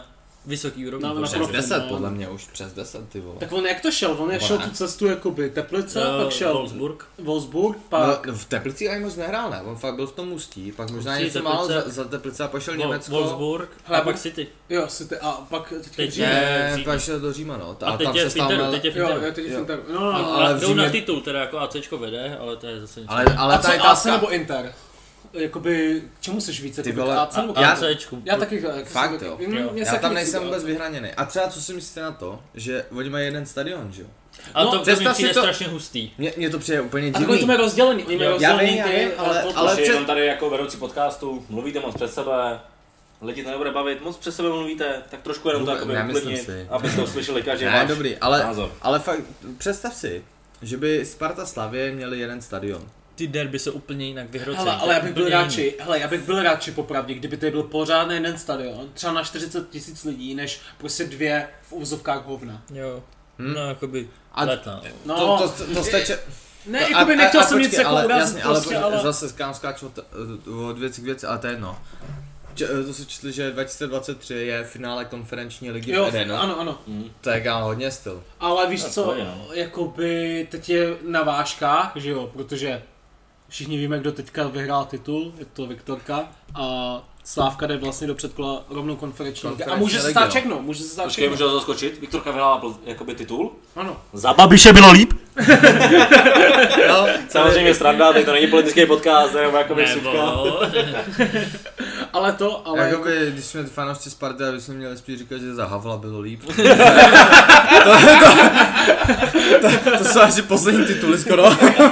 vysoký úrovni. Na- na Přes profil, deset, no. podle mě už přes deset, ty vole. Tak on jak to šel? On jak Nebo šel ne? tu cestu jakoby Teplice, Uh, pak šel Wolfsburg. Wolfsburg, pak... No, v Teplicích ani moc nehrál, ne? On fakt byl v tom Ústí, pak možná Ústí, něco málo Teplice. za, za Teplice a pošel Wol- Německo. Wolfsburg Hele, a pak bu- City. Jo, si ty, a pak teďka Teď v je- Římě. Ne, Říma. pak šel do Říma, no. A teď je v Interu, teď je v Jo, Interu. jo, teď Jo. jsem tak, no, no, A- no. ale Ale v jdou Římě- na titul, teda jako ACčko vede, ale to je zase něco. Ale, ale A ta co, A C italská... nebo Inter? Jakoby, k čemu seš více? Ty Jakoby vole, k A C nebo a- k já- Inter? ACčku. Já taky, jak Fakt, jsem jo. taky- mm, Jo. mě se Já taky tam líbí nejsem to vůbec A C. vyhraněný. A třeba co si myslíte na to, že oni mají jeden stadion, že jo? Ale No, to, to mi představ si přijde to- strašně hustý. Mně, mně to přijde úplně A divný. takhle to mají rozdělený, oni mají Jo, já rozdělený vím, já ty, vím, ale- to- ale- Ale před- jenom tady jako vedoucí podcastu, mluvíte moc přes sebe, lidi to nebude bavit, moc přes sebe mluvíte, tak trošku jenom to Vůbec, jakoby nemyslím uklidnit, si. aby to slyšeli každý Ne, váš dobrý, ale, názor. ale fakt, představ si, že by Sparta Slavie měli jeden stadion. Ty derby jsou úplně jinak vyhrocený. Hele, ale já bych byl Úplně jiný. radši, hele, já bych byl radši popravdě, kdyby tady byl pořádný jeden stadion, třeba na čtyřicet tisíc lidí, než prostě dvě v úvozovkách hovna. Jo. Hm? No, jakoby A letná. No, to, to, to, to stače... ne, to- jakoby a- nechtěl a- a jsem nic počkej, jako ale, urazit jasně, ale, prostě, počkej, ale... zase kam skáču od, od věci k věci, ale to je jedno. Če, to se četli, že dva tisíce dvacet tři je finále konferenční ligy Jo, v Edenu. ano, ano. Hm. To je kámo hodně styl. Ale víš Tak co, to je, no. jakoby teď je na vážkách, že jo, protože všichni víme, kdo teďka vyhrál titul, je to Viktorka a Slávka jde vlastně do předkola rovnou konferenční ligy. A Konferenční může se ligy, stát no. všechno, může se stát Počkej, všechno. můžu to zaskočit? Viktorka vyhrála pl- jakoby titul. Ano. Za Babiše bylo líp. No, Samozřejmě sranda, teď to není politický podcast, nebo jakoby Nebo, vsuvka. Ale to, ale jako, jakoby, když jsme fanoušci Sparty, aby jsme měli spíš říkat, že za Havla bylo líp. to, to, to, to jsou asi poslední tituly skoro.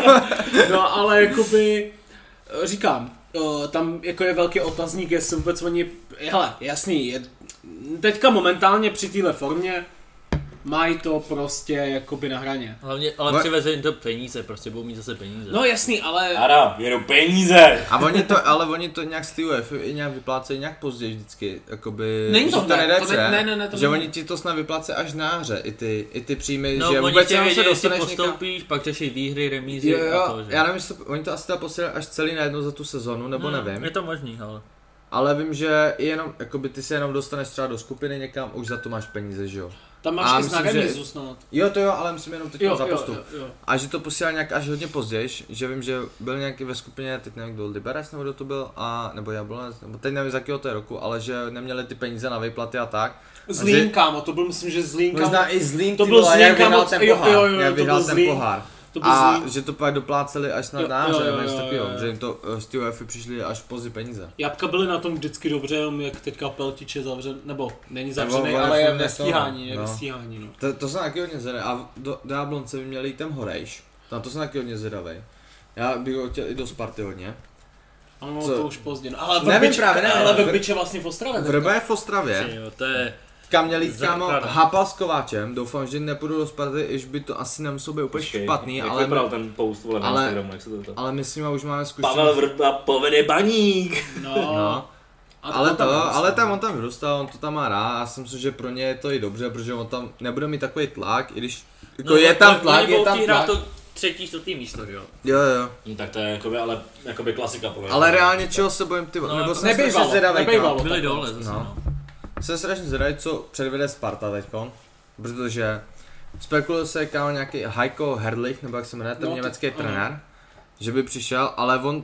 no ale jakoby, eh, říkám, eh, tam jako je velký otazník, jestli vůbec oni, hele, jasný, je, teďka momentálně při téhle formě mají to prostě jakoby na hraně. Hlavně, ale No. přiveze jim to peníze, prostě budou mít zase peníze. No jasný, ale... Ara, jedou peníze. A oni to, ale oni to nějak z té U E F I nějak vyplácejí nějak později vždycky, jakoby, Není že to hned, nejde to pře, ne- ne, ne, ne, to že není. oni ti to snad vyplácejí až na hře, i ty, i ty příjmy, no, že oni vůbec tě jenom se vědí, jestli dostaneš někam. postoupíš, pak řeší výhry, remízy Jo, a jo, to, že? já nevím, jestli to, oni to asi teda posílají až celý najednou za tu sezonu, nebo No, nevím. Je to možný, ale. Ale vím, že jenom, jakoby ty se jenom dostaneš třeba do skupiny někam, už za to máš peníze, že jo. Tam A máš i myslím, znak že- remízu snad. Jo, to jo, ale myslím jenom teď Jo, za jo, postup. jo, jo. A že to posílá nějak až hodně později, že vím, že byl nějaký ve skupině, teď nevím, kdo Liberec nebo kdo to byl, a, nebo Jablonec, nebo teď nevím z jakého to je roku, ale že neměli ty peníze na výplaty a tak. Zlín, kámo, to byl myslím, že Zlín, kámo. Možná i Zlín, To ty byl vole, Zlín, jak vyhrál kámo, ten jo, pohár, jo, jo, jak to vyhrál byl ten Zlín. pohár. To byl A Zlín. že to pak dopláceli až na Jo, náře, jo, nebo jo, něco jo, takového, jo. že jim to eh, z té U E F I přišli až pozdě peníze. Jabka byly na tom vždycky dobře, jenom jak teďka Peltič je zavřen, nebo není zavřený, Nebo ale je furt ve neto, stíhání, je no. ve stíhání, no. To, to jsem taky hodně zvědavý. A do, do Jablonce by měli jít ten Horejš. Tam to jsem taky hodně zvědavý. Já bych ho chtěl i do Sparty hodně. Ano, Co? to už pozdě. No, ale Nevím Vrbič, právě, ne, ale Vr- Vrbič je vlastně v Ostravě. Vrba je v Ostravě. Jo, to je. Kam měli jít kámo Základ. Hapal s Kováčem. Doufám, že nepůjdu do Sparty, iž by to asi nemuselo být úplně Počkej, špatný, jak ale, vypadal ten post, vole, na ale- Instagramu, jak se to to? ale my s nima už máme Pavel zkušenost. Vrba povede baník. No, No. a Ale tam to, vyrostl. ale tam on tam vyrůstal, on to tam má rád, já si myslím, že pro ně je to i dobře, protože on tam nebude mít takový tlak, i když jako je tam tlak, je tam tlak. to třetí, čtvrtý místo, jo. Jo, jo. No, tak to je jakoby, ale jakoby klasika. Podle mě. Ale reálně čeho se bojím ty, No, nebo jako jsem strašně nebejvalo, zvědavý, nebejvalo. kámo. Byli tak dole moc. zase, No. no. Jsem strašně zvědavý, co předvede Sparta teďkon, protože spekuluje se kámo nějaký Heiko Herrlich, nebo jak se jmenuje, ten No, německý to- trenér, že by přišel, ale on,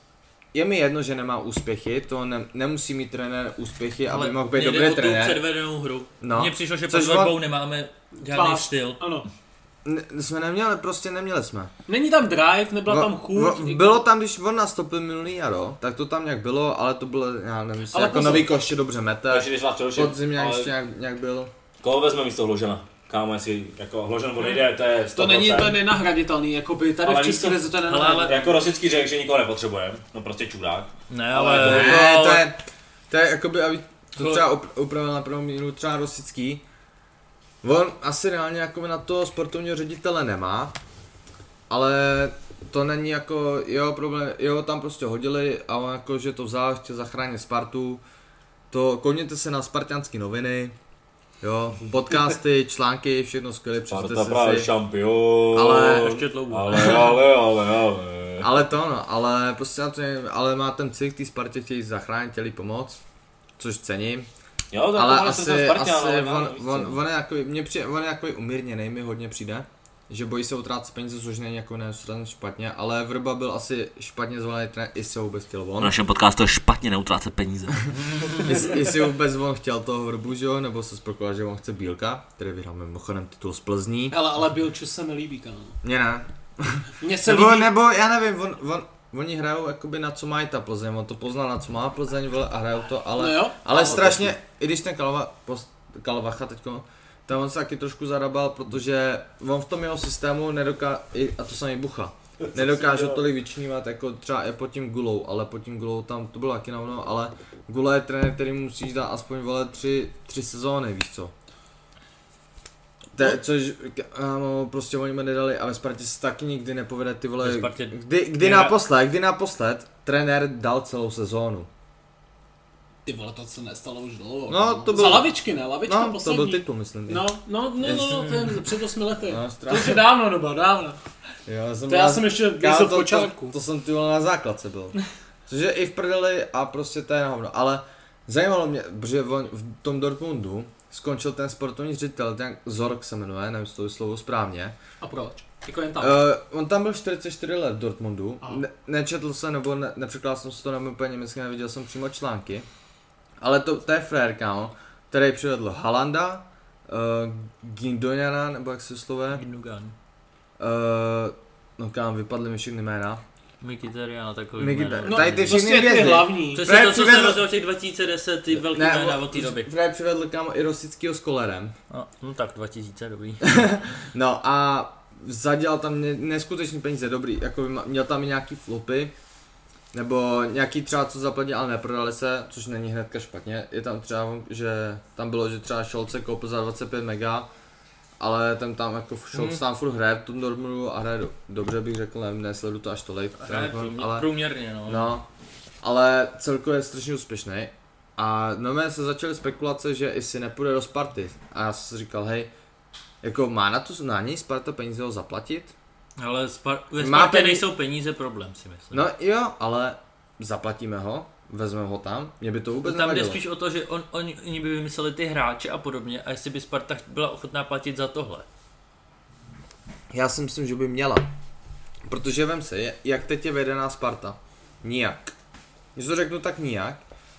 je mi jedno, že nemá úspěchy, to ne, nemusí mít trenér úspěchy, aby mohl být mě jde dobrý o tu trenér. předvedenou hru. No. Mně přišlo, že Což pod Vrbou on- nemáme žádný Tvář. styl. Ano. Ne, jsme neměli, prostě neměli jsme. Není tam drive, nebyla tam chuť. v- bylo tam, když on nastoupil minulý jaro, tak to tam nějak bylo, ale to bylo, já nevím, Ale jako pozor. nový koště dobře mete, Takže když vás přeruším, podzim nějak ale ještě nějak, nějak byl. koho vezme místo Hložena? Kámo, jestli jako Hložen odejde, to je sto procent. To není, to je nenahraditelný, jakoby tady Ale v víš České co? lize to je Ale- nenahraditelný. Jako Rosický řekl, že nikoho nepotřebujeme, no prostě čurák. Ne, Ale ale... to Ne, ale- to je, to je jakoby, aby to Hlo- třeba up- upravil na první míru třeba Rosický. On asi reálně jako na toho sportovního ředitele nemá, ale to není jako jeho problém, jeho tam prostě hodili a on jako, že to vzal, chtěl zachránit Spartu. To koukněte se na Spartianský noviny, jo, podcasty, články, všechno skvělé, Sparta přečtěte právě si. šampion. Ale- Ještě dlouho. Ale, ale, ale, ale. Ale to no, ale prostě na to, je- ale má ten cíl k té Spartě, chtějí zachránit, chtěli pomoct, což cením. Jo, ale asi, asi on, on, on, je takový, mě přijde, on je takový umírněnej, mi hodně přijde. Že bojí se utrácet peníze, což není jako neustále špatně, ale Vrba byl asi špatně zvolený trenér, i se vůbec chtěl on. V našem podcastu je špatně neutrácet peníze. Jestli vůbec on chtěl toho Vrbu, že jo, nebo se spokoval, že on chce Bílka, který vyhrál mimochodem titul z Plzní. Ale, ale Bílču se mi líbí, kámo. Mně ne. Mně se nebo, líbí. nebo já nevím, on, on, oni hrajou jakoby na co mají ta Plzeň, on to poznal na co má Plzeň, vole, a hrajou to, ale, no jo, ale, ale strašně, i když ten Kalva, post, Kalvacha teďko, tam on se taky trošku zarabal, protože on v tom jeho systému nedokáže, a to samý Bucha, nedokáže tolik vyčnívat jako třeba je pod tím Gulou, ale pod tím Gulou tam to bylo taky na ono, ale Gula je trenér, který musíš dát aspoň vole tři, tři sezóny, víš co. Te, což, no, prostě oni mi nedali a ve Spartě se taky nikdy nepovede ty vole, Spartě... kdy, kdy naposled, kdy naposled trenér dal celou sezónu. Ty vole, to se nestalo už dlouho. No, to byl... Za lavičky, ne? Lavička no, poslední. to byl titul, myslím. No, no, no, no, no, ten před osmi lety. No, to už je dávno, nebo dávno. Jo, jsem to já jsem ještě byl v počátku. To, to, to jsem ty vole na základce byl. Což je i v prdeli a prostě to je na hovno. Ale zajímalo mě, protože on v tom Dortmundu skončil ten sportovní ředitel, ten Zorg se jmenuje, nevím, jestli to vyslovuju správně. A proč? Jako jen tam? Uh, on tam byl čtyřicet čtyři let v Dortmundu, ne, nečetl jsem, nebo ne, nepřekládal jsem si to nebo úplně německy, neviděl jsem přímo články. Ale to, to je frér, kámo, který přivedl Halanda, uh, Gindojana, nebo jak se slové? Gindogan. Uh, no kámo, vypadly mi všechny jména. Mkhitaryan a takový Mkhitaryan. No, tady ty všechny prostě hvězdy. ty hlavní. To je to, co se rozdělil těch dva tisíce deset, ty velký ne, jména od té doby. Frér přivedl, kámo, i Rosickýho s Kolerem. No, no tak dva tisíce, dobrý. No a zadělal tam ne, neskutečný peníze, dobrý, jako měl tam i nějaký flopy. Nebo nějaký třeba co zaplatili, ale neprodali se, což není hnedka špatně. Je tam třeba, že tam bylo, že třeba Scholze koupil za dvacet pět mega, ale ten tam jako Scholz tam furt hraje v tom Dortmundu a hraje do, dobře bych řekl, nevím, nesledu to až tolik. Hraje průměr, ale, průměrně, no. No, ale celkově je strašně úspěšný. A no se začaly spekulace, že i si nepůjde do Sparty. A já jsem si říkal, hej, jako má na to na něj Sparta peníze ho zaplatit? Ale Spar- ve Spartě peníze... nejsou peníze problém, si myslím. No jo, ale zaplatíme ho, vezmeme ho tam, mě by to vůbec nevadilo. Tam jde spíš o to, že on, on, oni by vymysleli ty hráče a podobně a jestli by Sparta byla ochotná platit za tohle. Já si myslím, že by měla. Protože vem se, jak teď je vedená Sparta? Nijak. Když to řeknu, tak nijak.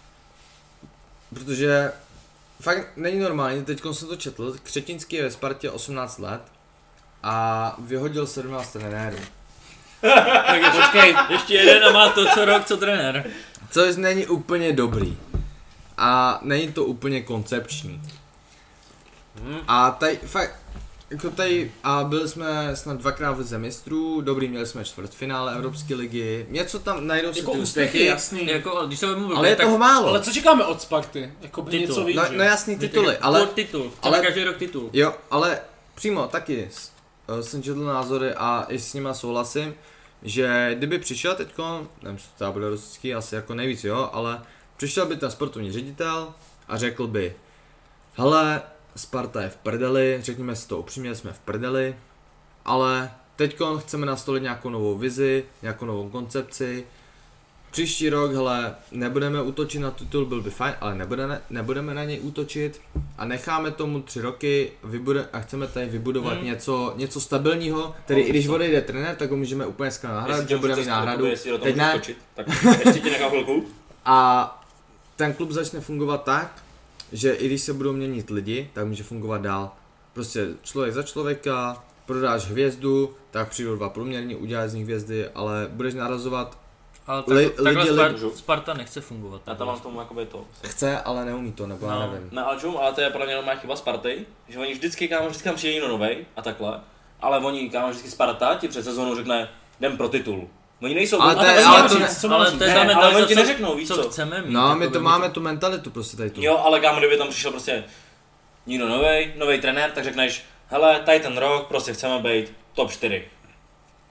Protože fakt není normální, teď jsem to četl, Křetinský je ve Spartě osmnáct let a vyhodil sedmnáct trenérů. Tak počkej, ještě jeden a má to co rok, co trenér. Což není úplně dobrý. A není to úplně koncepční. Hmm. A tady fakt, jako tady, a byli jsme snad dvakrát v lize mistrů, dobrý, měli jsme čtvrtfinále Evropské ligy, něco tam najdou si jako ty úspěchy. Jasný. Jako, když to vemu, ale je tak, toho málo. Ale co čekáme od Sparty? Jako by titul. něco víc, no, no jasný tituly, ale... titul, ale každý rok titul. Jo, ale přímo taky jsem četl názory a i s nima souhlasím, že kdyby přišel teďko, nevím, co to bude Rosický, asi jako nejvíc jo, ale přišel by ten sportovní ředitel a řekl by, hele, Sparta je v prdeli, řekněme si to upřímně, jsme v prdeli, ale teďko chceme nastolit nějakou novou vizi, nějakou novou koncepci. Příští rok, hele, nebudeme útočit na titul, byl by fajn, ale nebudeme, nebudeme na něj útočit a necháme tomu tři roky vybude, a chceme tady vybudovat hmm. něco, něco stabilního, tedy i když odejde trenér, tak ho můžeme úplně skvěle nahradit, že budeme mít náhradu. Teď ne. Skočit, tak ještě ti nechám chvilku. A ten klub začne fungovat tak, že i když se budou měnit lidi, tak může fungovat dál. Prostě člověk za člověka, prodáš hvězdu, tak přijdou dva průměrní, uděláš z nich hvězdy, ale budeš narazovat. Ale tak, li, takhle lidi, Spar- Sparta nechce fungovat. Já tam mám k tomu jakoby to. Chce, ale neumí to, nebo no. já nevím. Ne, ale čum, ale to je podle mě jenom chyba Sparty, že oni vždycky, kámo, vždycky tam přijde někdo novej a takhle, ale oni, kámo, vždycky Sparta ti před sezónou řekne, jdem pro titul. Oni nejsou, ale, to, je, ale, ale, to ne, co ale, to ne, ale oni ti neřeknou, víš co? co chceme mít. No, my to máme tu mentalitu prostě tady tu. Jo, ale kámo, kdyby tam přišel prostě někdo novej, novej trenér, tak řekneš, hele, tady ten rok prostě chceme být top čtyři.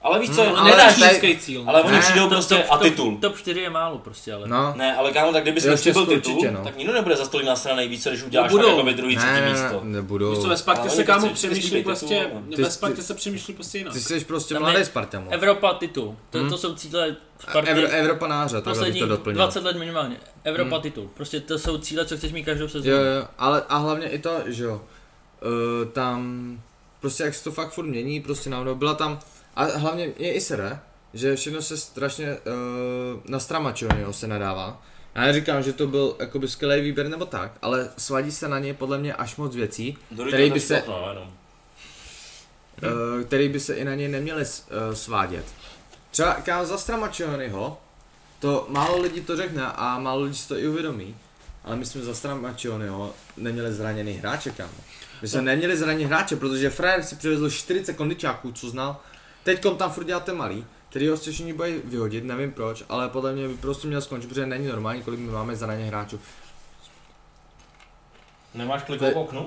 Ale víš co, Hmm, ale, nedáš tady, nízký cíl. ale oni Ne, přijdou Top- prostě top- a top- titul. Top čtyři je málo prostě, ale. No. Ne, ale kámo, tak kdyby si Jo, neslíbil Česko titul, určitě, no. tak nikdo nebude za stolik nasranej více, když uděláš Budou. tak jakoby druhý, třetí Ne, ne, místo. ne, nebudou. Víš co, ve Spartě Ale se oni kámo prostě přemýšlí slíbí prostě, titul, no. ve Ty- Spartě ty- se přemýšlí prostě jinak. Ty jsi prostě Tam mladý je Spartan. Evropa titul. To, Hmm. to jsou cíle Sparty. Evro, Evropa náře, takhle bych Poslední to doplnil. dvacet let minimálně. Evropa titul. Prostě to jsou cíle, co chceš mít každou Jo, sezónu. jo, ale a hlavně i to, že jo, uh, tam prostě jak se to fakt furt mění, prostě náhodou byla tam, a hlavně je i sere, že všechno se strašně uh, na Stramačonyho se nadává. Já neříkám, že to byl jakoby skvělý výběr nebo tak, ale svádí se na něj podle mě až moc věcí, který by se, uh, který by se i na něj neměli uh, svádět. Třeba kámo za Stramačonyho, to málo lidí to řekne a málo lidí si to i uvědomí. Ale my jsme za Stramačonyho neměli zraněný hráče, kámo. My jsme neměli zraněný hráče, protože frajer si přivezl čtyřicet kondičáků, co znal. Teďkom tam furt děláte malý, který ho všichni bojí vyhodit, nevím proč, ale podle mě by prostě měl skončit, protože není normální, kolik my máme zraněných hráčů. Nemáš klikou oknu?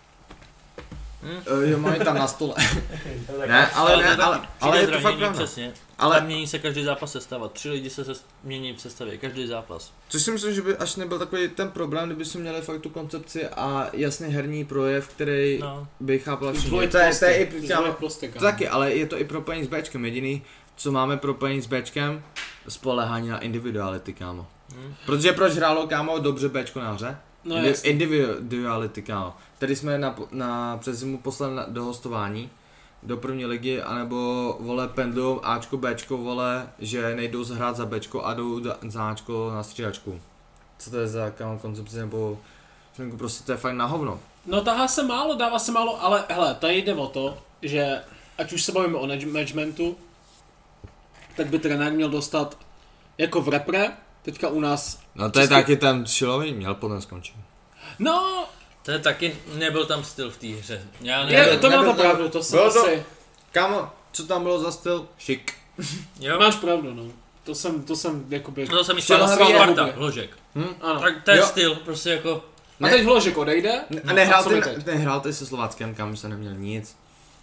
Uh, jo, máme tam na stole. Ne, ale, ne, ale, ale je to fakt pravda. Přesně. Ale- Ale mění se každý zápas sestava. Tři lidi se ses- mění v sestavě, každý zápas. Což si myslím, že by až nebyl takový ten problém, kdyby jsme měli fakt tu koncepci a jasný herní projev, který No. by chápala všichni. Dvoj To je, to je prostě, i, dvoj kámo, prostě, to kámo. taky, ale je to i propojení s Bčkem. Jediný, co máme propojení s Bčkem, spolehání na individuality, kámo. Hmm. Protože proč hrálo, kámo, dobře Bčko na hře? No Indi- jasně. Individuality, kámo. Tady jsme na, na přes zimu poslali na, do hostování do první ligy, anebo vole pendlum Ačko, Bčko, vole, že nejdou hrát za Bčko a jdou da- za Ačko na střídačku. Co to je za kámo koncepci, nebo šlenku, prostě to je fajn na hovno. No tahá se málo, dává se málo, ale hele, tady jde o to, že ať už se bavíme o managementu, tak by trenér měl dostat jako v repre, teďka u nás. No to je Český- taky ten Šilový měl potom skončit. No, To je taky, nebyl tam styl v té hře. Já je, nevím. to nebyl máte tam- pravdu, to jsem bylo to- asi, Kámo, co tam bylo za styl? Šik. Jo? máš pravdu, no. To jsem, to jsem jakoby, To jsem Chtěl myslel hlavně Sparta, hubě. Hložek. Hm? ano. Tak to je Jo. styl, prostě jako... A teď Hložek odejde, Ne, no, a nehrál a co ty, my teď? nehrál ty se Slováckem, kam se neměl nic.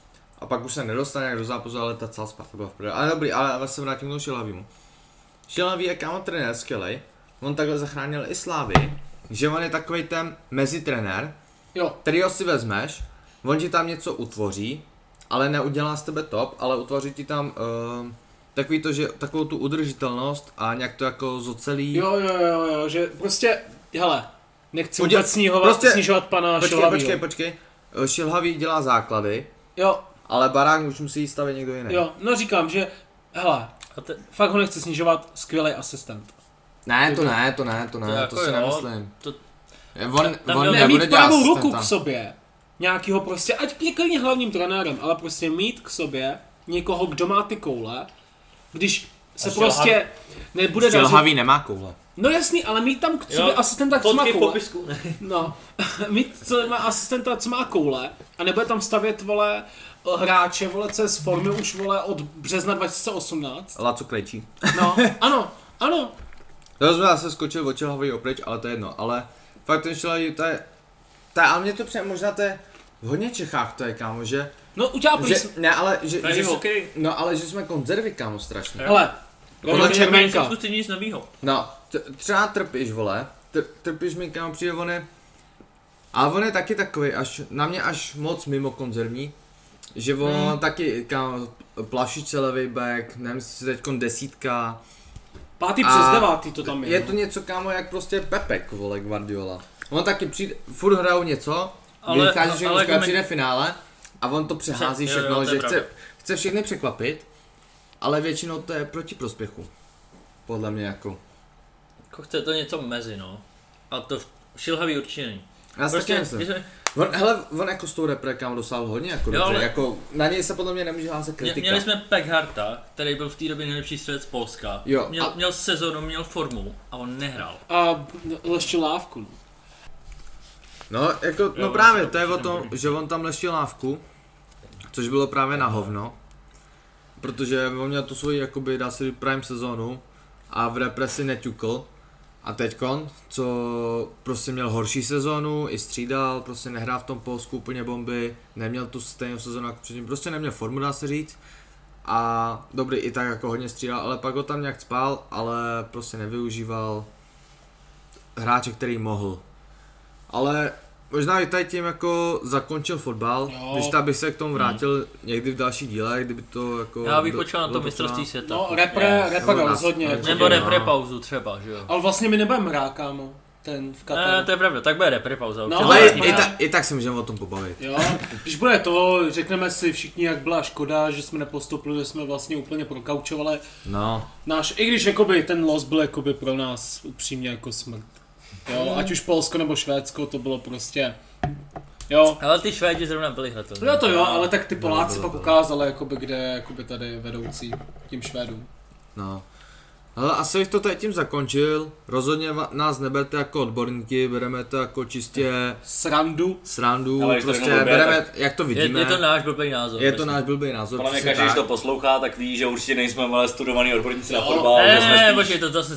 A pak už se nedostal nějak do zápasu, ale ta celá Sparta byla v prdeli. Ale dobrý, ale, ale se vrátím k tomu Šilavímu. Šilavý je kámo trenér skvělej. On takhle zachránil i Slávy, že on je takový ten mezitrenér, Jo, který ho si vezmeš, on ti tam něco utvoří, ale neudělá z tebe top, ale utvoří ti tam uh, takový to, že takovou tu udržitelnost a nějak to jako zocelí. jo, jo, jo, jo, že prostě, hele, nechci Uděl- vůbec snižovat, prostě- snižovat pana Počkej, Šilhavýho. počkej, počkej. Eh, Šilhavý dělá základy, Jo, ale barák už musí stavět někdo jiný. jo, no říkám, že, hele, A te, fakt ho nechci snižovat, skvělý asistent. Ne, to ne, to ne, to ne, To to, jako si jo, nemyslím. to- On, tam on měl- Ne, nebude mít dělat pravou ruku asistenta. k sobě, nějakýho prostě, ať je klidně hlavním trenérem, ale prostě mít k sobě někoho, kdo má ty koule, když se A prostě nebude dařit. Šilhavý nemá koule. No jasný, ale mít tam k Jo, sobě asistenta, co má fotky v koule. popisku. No, mít co má asistenta, co má koule a nebude tam stavět, vole, hráče, vole, co je z formy už, vole, od března dva tisíce osmnáct. Laco Krejčí. No, ano, ano. Rozumím, já jsem skočil od Šilhavý opryč, ale to je jedno, ale fakt ten Šilhavý, to je, to je, ale mě to přijde, možná to je, v hodně Čechách to je, kámo, že, No, udělal že prý... ne, ale, že, To je že hokej. no, ale že jsme konzervy, kámo, strašně. Hele, Podle Roman mě Červenka. Zkusí nic novýho. No, t- třeba trpíš, vole, Tr- trpíš mi, kámo, přijde, on je, ale on je taky takový, až, na mě až moc mimo konzervní, že on Hmm. taky, kámo, Plašiče levý back, nevím, jestli teďkon desítka, Pátý A přes devátý to tam je. je no. to něco, kámo, jak prostě Pepek, vole, Guardiola. On taky přijde, furt hrajou něco, Ale- vychází všechno, ale ale my- přijde finále a on to přehází Jo, jo, všechno, to je že chce, pravda. chce všechny překvapit, ale většinou to je proti prospěchu. Podle mě jako. Jako chce to něco mezi, no. A to Šilhavý určitě není. Já si Prostě, taky myslím. když jsme- On, hele, on jako s tou repre, kámo, dosáhl hodně jako Jo, dobře, ale- jako na něj se podle mě nemůže házet Mě, kritika. měli jsme Pekharta, který byl v té době nejlepší střelec Polska. Jo, Měl, a- měl sezonu, měl formu a on nehrál. A leštil lávku. No. No, jako, no Jo, právě, to to je o je tom, dobrý. že on tam leštil lávku, což bylo právě na hovno, protože on měl tu svoji, jakoby, dá se říct, prime sezónu a v represi neťukl. A teďkon, co prostě měl horší sezónu, i střídal, prostě nehrál v tom Polsku úplně bomby, neměl tu stejnou sezónu jako předtím, prostě neměl formu, dá se říct. A dobrý, i tak jako hodně střídal, ale pak ho tam nějak cpal, ale prostě nevyužíval hráče, který mohl. Ale možná i tady tím jako zakončil fotbal, jo. Když tak bych se k tomu vrátil hmm. někdy v další díle, kdyby to jako... Já bych počal na to mistrovství světa. No, repre, repre rozhodně. Nebo repre pauzu třeba, že jo. Ale vlastně my nebudeme hrát, kámo. Ten v Kataru. Ne, to je pravda, tak bude repre pauza. No, ale i, i, ta, i tak se můžeme o tom pobavit. Jo, když bude to, řekneme si všichni, jak byla škoda, že jsme nepostoupili, že jsme vlastně úplně prokaučovali. No. Náš, i když jakoby ten los byl jakoby pro nás upřímně jako smrt. Jo, ať už Polsko nebo Švédsko, to bylo prostě, jo. Ale ty Švédi zrovna byli hratelní. No to jo, ale tak ty Poláci no, pak ukázali, jakoby, kde jakoby tady vedoucí tím Švédům. No. Ale asi bych to tady tím zakončil, rozhodně nás neberte jako odborníky, bereme to jako čistě srandu, srandu, ale prostě bereme, tak... jak to vidíme. Je, je to náš blbý názor. Je to náš blbý názor. Podle mě každý, když to poslouchá, tak ví, že určitě nejsme ale studovaný odborníci na fotbal. Ne, ne, počkej, to zase...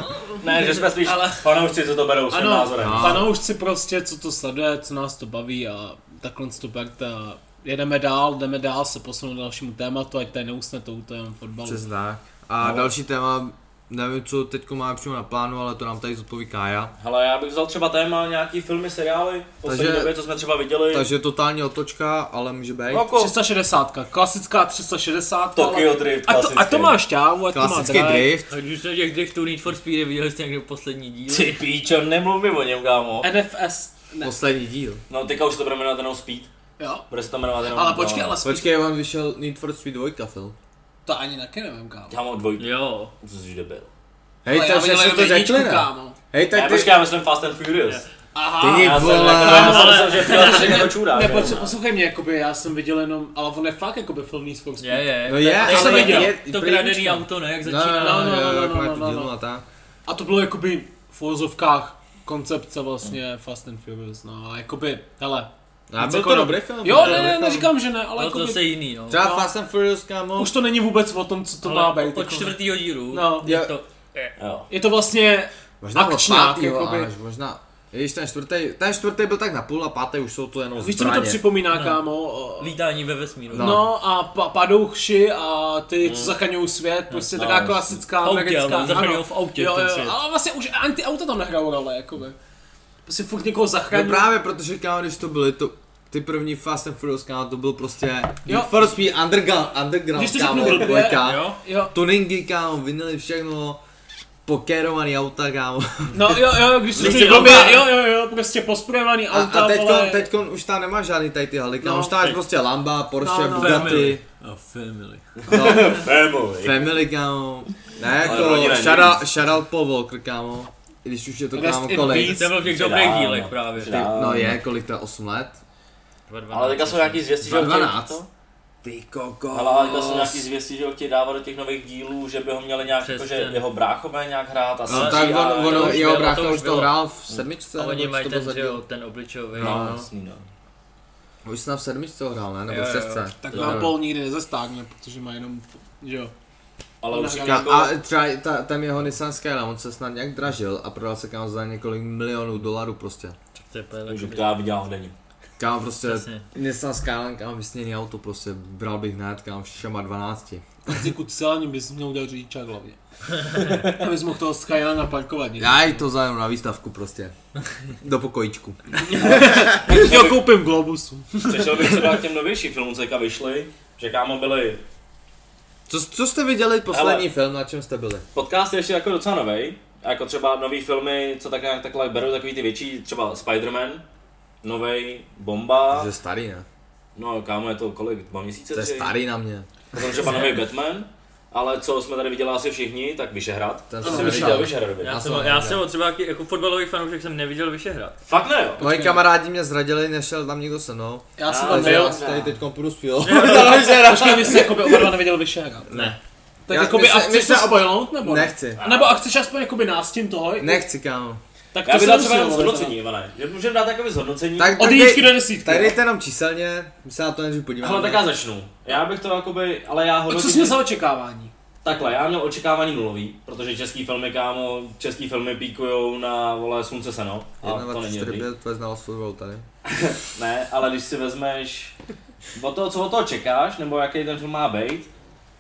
Ne, že jsme spíš ale... fanoušci, co to berou svým názorem. Ano, fanoušci prostě, co to sleduje, co nás to baví a takhle to berte a jedeme dál, jdeme dál, se posunout k dalšímu tématu, ať tady neusne to jenom fotbalu. Přesně tak. A no. Další téma, nevím, co teďko máme přímo na plánu, ale to nám tady zodpoví Kája. Hele, já bych vzal třeba téma nějaký filmy, seriály, v poslední době, co jsme třeba viděli. Takže totální otočka, ale může být. Jako tři sta šedesát, klasická tři sta šedesát. Tokyo ale... Drift, a to, a to má šťávu, a to má klasický drift. A když se těch driftů Need for Speed viděli jste někde poslední díl. Ty píčo, nemluvím o něm, kámo. N F S, ne. Poslední díl. No teďka už to bude jmenovat jenom Speed. Jo. Bude se to jmenovat jenom ale počkej, ale Speed. Počkej, vám vyšel Need for Speed dva film. To ani taky nevím, kámo. Já mám dvojku. Jo. Co jsi debil. Hej, to že se to řekli, ne? Hej, tak ty... Počkej, já myslím Fast and Furious. Aha, ty já vole. Já jsem že ty jsi čůra. Ne, poslouchej mě, jakoby, já jsem viděl jenom, ale on je fakt jakoby film Need for Speed. Je, je. No je, to jsem viděl. To kradený auto, ne, jak začíná. No, no, no, no, no, no. A to bylo jakoby v uvozovkách koncepce vlastně Fast and Furious, no a jakoby, hele. A byl to dobrý film. Jo, ne, ne, neříkám, že ne, ale jakoby... to se jiný, no. Třeba Fast and Furious, kámo. Už to není vůbec o tom, co to má být. Od čtvrtýho dílu. No. Je to... Je to vlastně akčňák, jakoby. Možná. Ježíš, ten čtvrtý, ten čtvrtý byl tak na půl a pátý už jsou to jenom zbraně. Víš, co mi to připomíná, kámo? Lítání ve vesmíru. No, no a pa- padouši a ty, co zachraňují svět, prostě no, taková klasická americká. Zachraňují v autě jo, ten jo, svět. ale vlastně už anti-auta tam nehrajou role, jakoby. Prostě furt někoho zachraňují. No právě, protože kámo, když to byly to... Ty první Fast and Furious, kámo, to byl prostě Need for Speed Underground, Underground, kámo, dvojka, tuningy, kámo, vinily všechno, pokérovaný auta, kámo. No jo, jo, když to prostě blbě, jo, jo, jo, prostě posprejovaný auta, a, a teďkon, vole. teďkon už tam nemá žádný tady ty haly, kámo, no, už tam je prostě Lamba, Porsche, no, no. Bugatti. A family. No, family. Family, kámo. Ne, jako, shoutout Paul Walker, kámo. I když už je to, kámo, kolik. To byl v těch dobrých dílech právě. No je, kolik to je, osm let? Ale teďka jsou nějaký zvěstí, že dvanáct. Ty koko. Ale teďka jsou nějaký zvěstí, že ho chtějí dávat do těch nových dílů, že by ho měli nějak, jako, že jeho bráchové nějak hrát. A no tak on, on, on jeho brácha už to hrál v sedmičce. A oni mají ten, že jo, ten obličový. No, jasný, no. Už snad v sedmičce ho hrál, ne? Nebo v šestce. Tak vám Paul nikdy nezastáhne, protože má jenom, že jo. Ale už jako... A třeba ta, ten jeho Nissan Skyline, on se snad nějak dražil a prodal se kámo za několik milionů dolarů prostě. Tak to je pěle. Můžu to já vydělal denně. Kámo prostě, Nissan Skyline, kámo vysněný auto prostě, bral bych hned, kámo všema dvanácti. Ciku, ty celání bys měl udělat řidičák hlavně. Abys mohl toho Skyline naparkovat někde. Já jí to zájem na výstavku prostě, do pokojíčku. Já to koupím v Globusu. Přešel bych třeba k těm novějším filmům, co teďka vyšly, že kámo byli... Co, co jste viděli poslední hele, film, na čem jste byli? Podcast je ještě jako docela novej, jako třeba nový filmy, co tak nějak takhle berou takový ty větší, třeba Spider-Man. Novej, Bomba. To je starý, ne? No kámo, je to kolik, dva měsíce? To je tři? starý na mě. Potom třeba nový Batman, ale co jsme tady viděli asi všichni, tak Vyšehrad. Ten jsem viděl Vyšehrad. Já jsem, já jsem třeba jako fotbalový fanoušek jsem neviděl Vyšehrad. Fakt ne jo? Moji kamarádi mě zradili, nešel tam nikdo se mnou. Já jsem tam byl. Já tady teďkom půjdu spíl. Počkej, vy jsi jakoby oba dva neviděl Vyšehrad. Ne. Tak já, jakoby a chceš se spojnout, nebo ne? Nechci. Nebo a chceš aspoň jakoby nás tím toho? Nechci, kámo. Tak já bych dal třeba jenom zhodnocení, Ivane. Můžeme dát takové zhodnocení. Tak, od jedničky do desítky. Tak dejte jenom číselně, my se na to nejdřív podíváme. Ale tak já začnu. Já bych to jakoby, ale já hodnotím... A co jsi měl za očekávání? Takhle, já měl očekávání nulový, protože český filmy, kámo, český filmy píkujou na, vole, Slunce seno. A to není dobrý. To je znal svůj rol tady. Ne, ale když si vezmeš od toho, co od toho čekáš, nebo jaký ten film má být,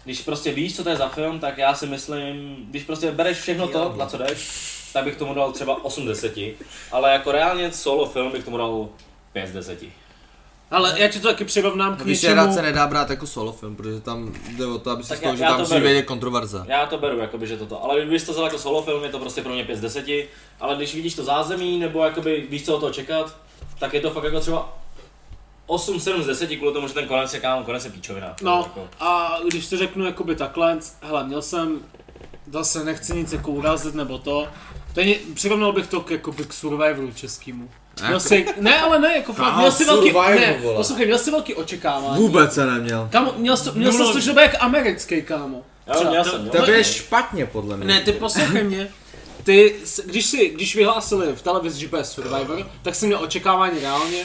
když prostě víš, co to je za film, tak já si myslím, když prostě bereš všechno to, na co jdeš, tak bych tomu dal třeba osm z deseti, ale jako reálně solo film bych tomu dal pět z deseti. Ale já ti to taky přirovnám k Když něčemu... se nedá brát jako solo film, protože tam jde o to, aby si Tak z toho, já- že já tam to musí beru. vědět kontroverze. Já to beru, jakoby, že toto, ale kdybys to vzal jako solo film, je to prostě pro mě pět z deseti, ale když vidíš to zázemí, nebo jakoby víš, co od toho čekat, tak je to fakt jako třeba osm sedm z deseti, kvůli tomu, že ten konec je kámo, konec je píčovina. No Jako. a když to řeknu jakoby takhle, hele, měl jsem, zase nechci nic jako urazit nebo to, to je, přirovnal bych to k, jakoby k Survivoru českýmu. Měl jsi, ne, ale ne, jako fakt, Aha, měl jsi velký, Survivor, ne, vole. poslouchej, měl jsi velký očekávání. Vůbec se neměl. Kámo, měl jsi, měl jsi Nulový. to služba jak americký, kámo. Jo, Třeba. měl jsem, To jo. je špatně podle mě. Ne, ty poslouchej mě. Ty, s- když si, když vyhlásili v televizi, že bude Survivor, tak jsem měl očekávání reálně.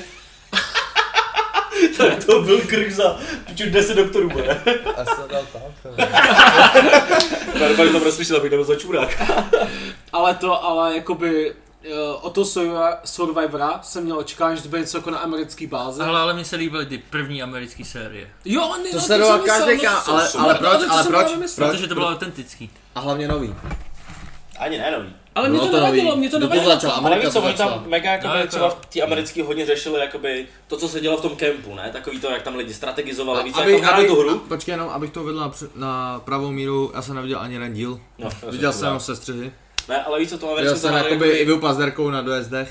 Tak to byl krk za piču deset doktorů, bude. A se dal tak. Tady to rozslyšel, abych nebyl za čurák. Ale to, ale jakoby eh, o to Survi- Survivora jsem měl očekávání, že to bude něco jako na americký bázi. Ale, ale mi se líbily ty první americké série. Jo, ne, To no, sledoval jsem myslel, každý no, ká- to ale- jsem- ale no, proč- to ale jsem proč- právě myslel. proč? Protože to bylo autentický. A hlavně nový. Ani ne nový. Ale mě Bylo to to nevadilo, nový. mě to Kdo to nevadilo. začal? kámo. Ale Amerika víš co, to oni tam začala. mega jakoby, No, jako třeba jo. v té americký hodně řešili jakoby to, co se dělo v tom kempu, ne? Takový to, jak tam lidi strategizovali, víc, jak tam hráli tu hru. Počkej jenom, abych to uvedl na, při- na pravou míru, já jsem neviděl ani jeden díl. No, Viděl jsem jenom sestřihy. Ne, ale víš co, to Viděl američané jsem jakoby i byl pazderkou na dojezdech.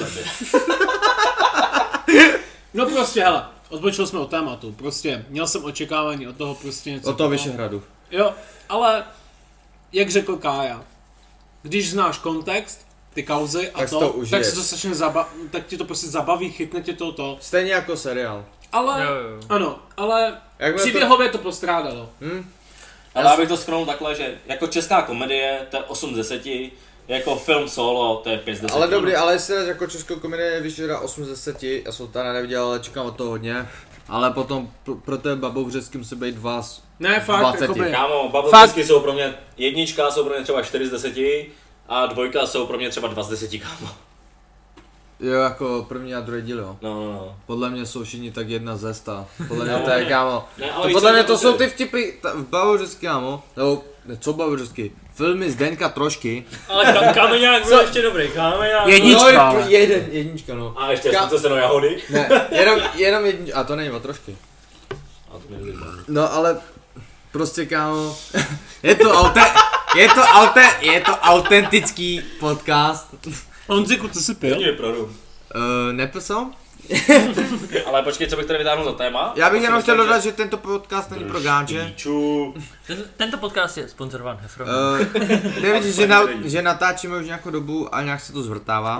No prostě, hele, odbočili jsme od tématu, prostě měl jsem očekávání od toho prostě něco. Od toho Vyšehradu. Jo, ale jak řekl Kája, když znáš kontext, ty kauzy a Tak si to, to tak užiješ. se to strašně zaba- tak ti to prostě zabaví, chytne tě to to. Stejně jako seriál. Ale, Jo, jo. ano, ale Jak příběhově to postrádalo. Hm? Ale já bych to schrnul takhle, že jako česká komedie, to je osm z deseti, jako film solo, to je pět z deseti. Ale dobrý, ale jestli dáš jako českou komedii Vyšehra osm z deseti, já jsem to teda neviděl, ale čekám od toho hodně. Ale potom pro, pro té babou řecky musí být dva z... Ne, fakt, dvacet. jakoby, Kámo, Fakt. babovky jsou pro mě, jednička jsou pro mě třeba čtyři z deseti a dvojka jsou pro mě třeba dva z deseti, kámo. Jo, jako první a druhý díl, jo. No, no, no. Podle mě jsou všichni tak jedna ze sta. Podle mě No, to je, ne. kámo. Ne, ale To víš, podle co mě je to jsou dobrý? ty vtipy ta- v bavořsky, kámo. Nebo, ne, co bavořsky? Filmy Zdenka Trošky. Ale ka- Kameňák byl ještě dobrý, Kameňák. Jednička, No, ale. jeden, jednička, no. A ještě Ka- Ka- se no jahody. Ne, jenom, jenom jednička, a to není o Trošky. A to mě nezajímá. No ale, prostě kámo, je to aute, je to aute, je to autentický podcast. Honziku, ty jsi pil? Mě produ. Uh, nepil jsem? Ale počkej, co bych tady vytáhnul za téma? Já bych To si jenom chtěl myslím, dodat, že tento podcast není pro gánče. Píču. Ten, tento podcast je sponzorován Hefron. Uh, nevidíš, že, na, že natáčíme už nějakou dobu a nějak se to zvrtává.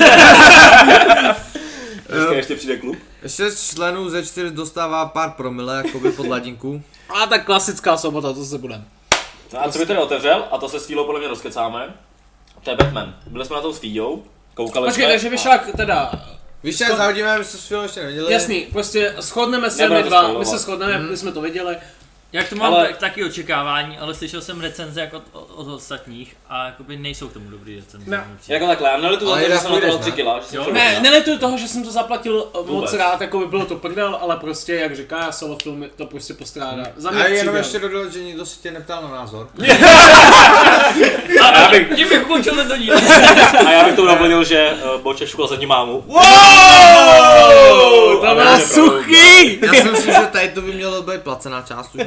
Dneska ještě přijde klub. Šest členů ze čtyř dostává pár promile, jakoby pod ladinku. A tak klasická sobota, to se budem. No a co by tady otevřel, a to se s Fílou podle mě rozkecáme, to je Batman. Byli jsme na tom s Fíou, koukali Počkej, jsme. takže vyšla teda, Víš, jak zahodíme, my se s Filou ještě neviděli. jasný, prostě shodneme se Nebudeme my to dva, my spojovat. se shodneme, my jsme to viděli. Jak to mám ale- tak, taky očekávání, ale slyšel jsem recenze jako od, od ostatních a jakoby nejsou k tomu dobrý recenze. Ne. mi přijde. Jako takhle, já nelitu za Ale to, že jinak jsem na to dal půjdeš, tři ne? kila. že jsem Jo. šel Ne, na- nelituju toho, že jsem to zaplatil eh, moc Vůbec. rád, jako by bylo to prdel, ale prostě, jak říká, já solo filmy to prostě postrádá. Za mě A jenom příběh. ještě dodat, že nikdo se tě neptal na názor. A já bych, Tím bych ukončil tento díl. a já bych to doplnil, že uh, Boče šukal zadní mámu. Wow, to A bylo já suchý! Já si myslím, že tady to by mělo být placená část už.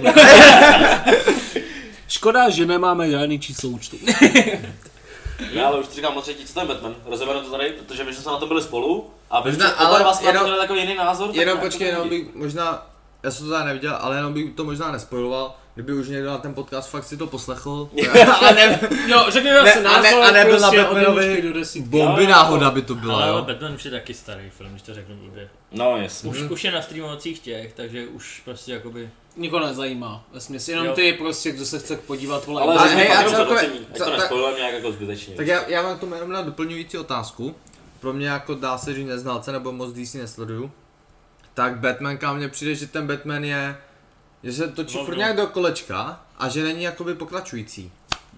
Škoda, že nemáme žádný číslo účtu. Ne, ale už ti říkám moc třetí, co ten Batman. Rozebere to tady, protože vím, že jsme na tom byli spolu. A vím, že Možná, ale oba vás na to jenom- měli takový jiný názor. tak Jenom jak počkej, to jenom vidí? bych možná, já jsem to tady neviděl, ale jenom bych to možná nespojoval, kdyby už někdo na ten podcast fakt si to poslechl. A ne, Jo, řekněme Ne, si a názor, ne- a nebyl prostě na od Batmanovi- jedničky do desítky. bomby Jo, jo, náhoda by to byla, Ale, ale jo. Batman už je taky starý film, když to řeknu blbě. No, jasně. Už, už je na streamovacích těch, takže už prostě jakoby... Nikoho nezajímá, vesměs, jenom Jo. ty prostě, kdo se chce podívat, vole. Ale A řekni hej, fakt a jenom celkově- zhodnocení, ať co- to tak- nespojujeme nějak jako zbytečně. Tak já, já mám k tomu jenom na doplňující otázku. Pro mě jako dá se říct neznalce nebo moc D C nesleduju. Tak Batman, kam mně přijde, že ten Batman je, že se točí No, furt no. nějak do kolečka a že není jakoby pokračující.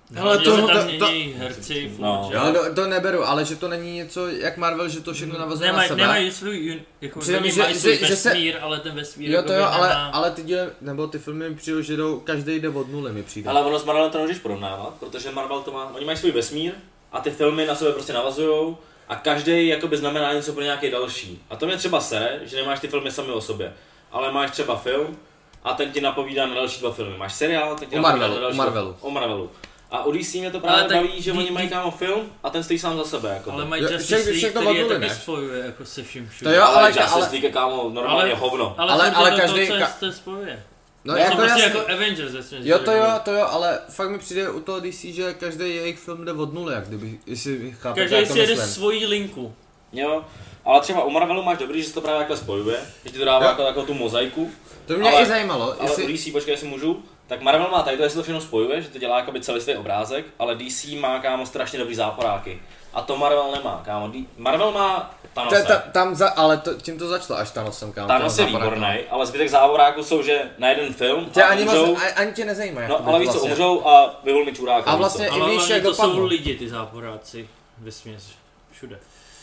Ale no, to, to, to, tam to, mění herci, no. furt, Jo, to, to neberu, ale že to není něco jak Marvel, že to všechno navazuje nemaj, na sebe. Nemají svůj, jako, Přijde mi, oni že- mají svůj že- že se- vesmír, ale ten vesmír Jo to jo, jakoby ale, nemá... ale ty díly, nebo ty filmy mi přijdou, že jdou, každý jde od nuly mi přijde. Ale ono s Marvelem to nemůžeš porovnávat, protože Marvel to má, oni mají svůj vesmír a ty filmy na sebe prostě navazujou a každý jakoby znamená něco pro nějaký další. A to mě třeba sere, že nemáš ty filmy sami o sobě, ale máš třeba film a ten ti napovídá na další dva filmy. Máš seriál, ten ti O napovídá Marvelu, na další o Marvelu. Dva, o Marvelu. A u D C mě to právě Ale tak baví, že D- oni mají D- kámo film a ten stojí sám za sebe. Jako Ale mají Jo, Justice však- League, však to který je odmluvili, taky ne? spojuje jako se vším všude. To jo, ale, ale- Justice ale- League je kámo normálně Ale- hovno. Ale, Ale- ale, ale ale každý- to, co ka- se spojuje. No To jsou jako prostě jasný. jako Avengers, jasně. Jo to jo, to jo, ale fakt mi přijde u toho D C, že každý jejich film jde od nuly, jak kdyby, jestli chápete, Každý jak to si jede myslím. svoji linku. Jo, ale třeba u Marvelu máš dobrý, že se to právě takhle spojuje, že ti to dává Jo. jako takovou tu mozaiku. To mě ale- i zajímalo, Ale jestli... u D C, počkej, jestli můžu, tak Marvel má tady to, jestli to všechno spojuje, že to dělá jakoby celistvý obrázek, ale D C má kámo strašně dobrý záporáky. A to Marvel nemá, kámo. D- Marvel má Thanose. Ta, ta, tam za, ale to, tím to začalo až Thanosem, kámo. Thanos je ten záporák. výborný, ale zbytek záporáků jsou, že na jeden film Tě a ani, moc, umřou, ani, ani tě nezajímá, jak to no bude ale víš co, vlastně. umřou a vyhul mi čuráka. A víš vlastně- co. I Ale víš, hlavně jak to dopadnou. jsou lidi, ty záporáci. Vesměs. Všude.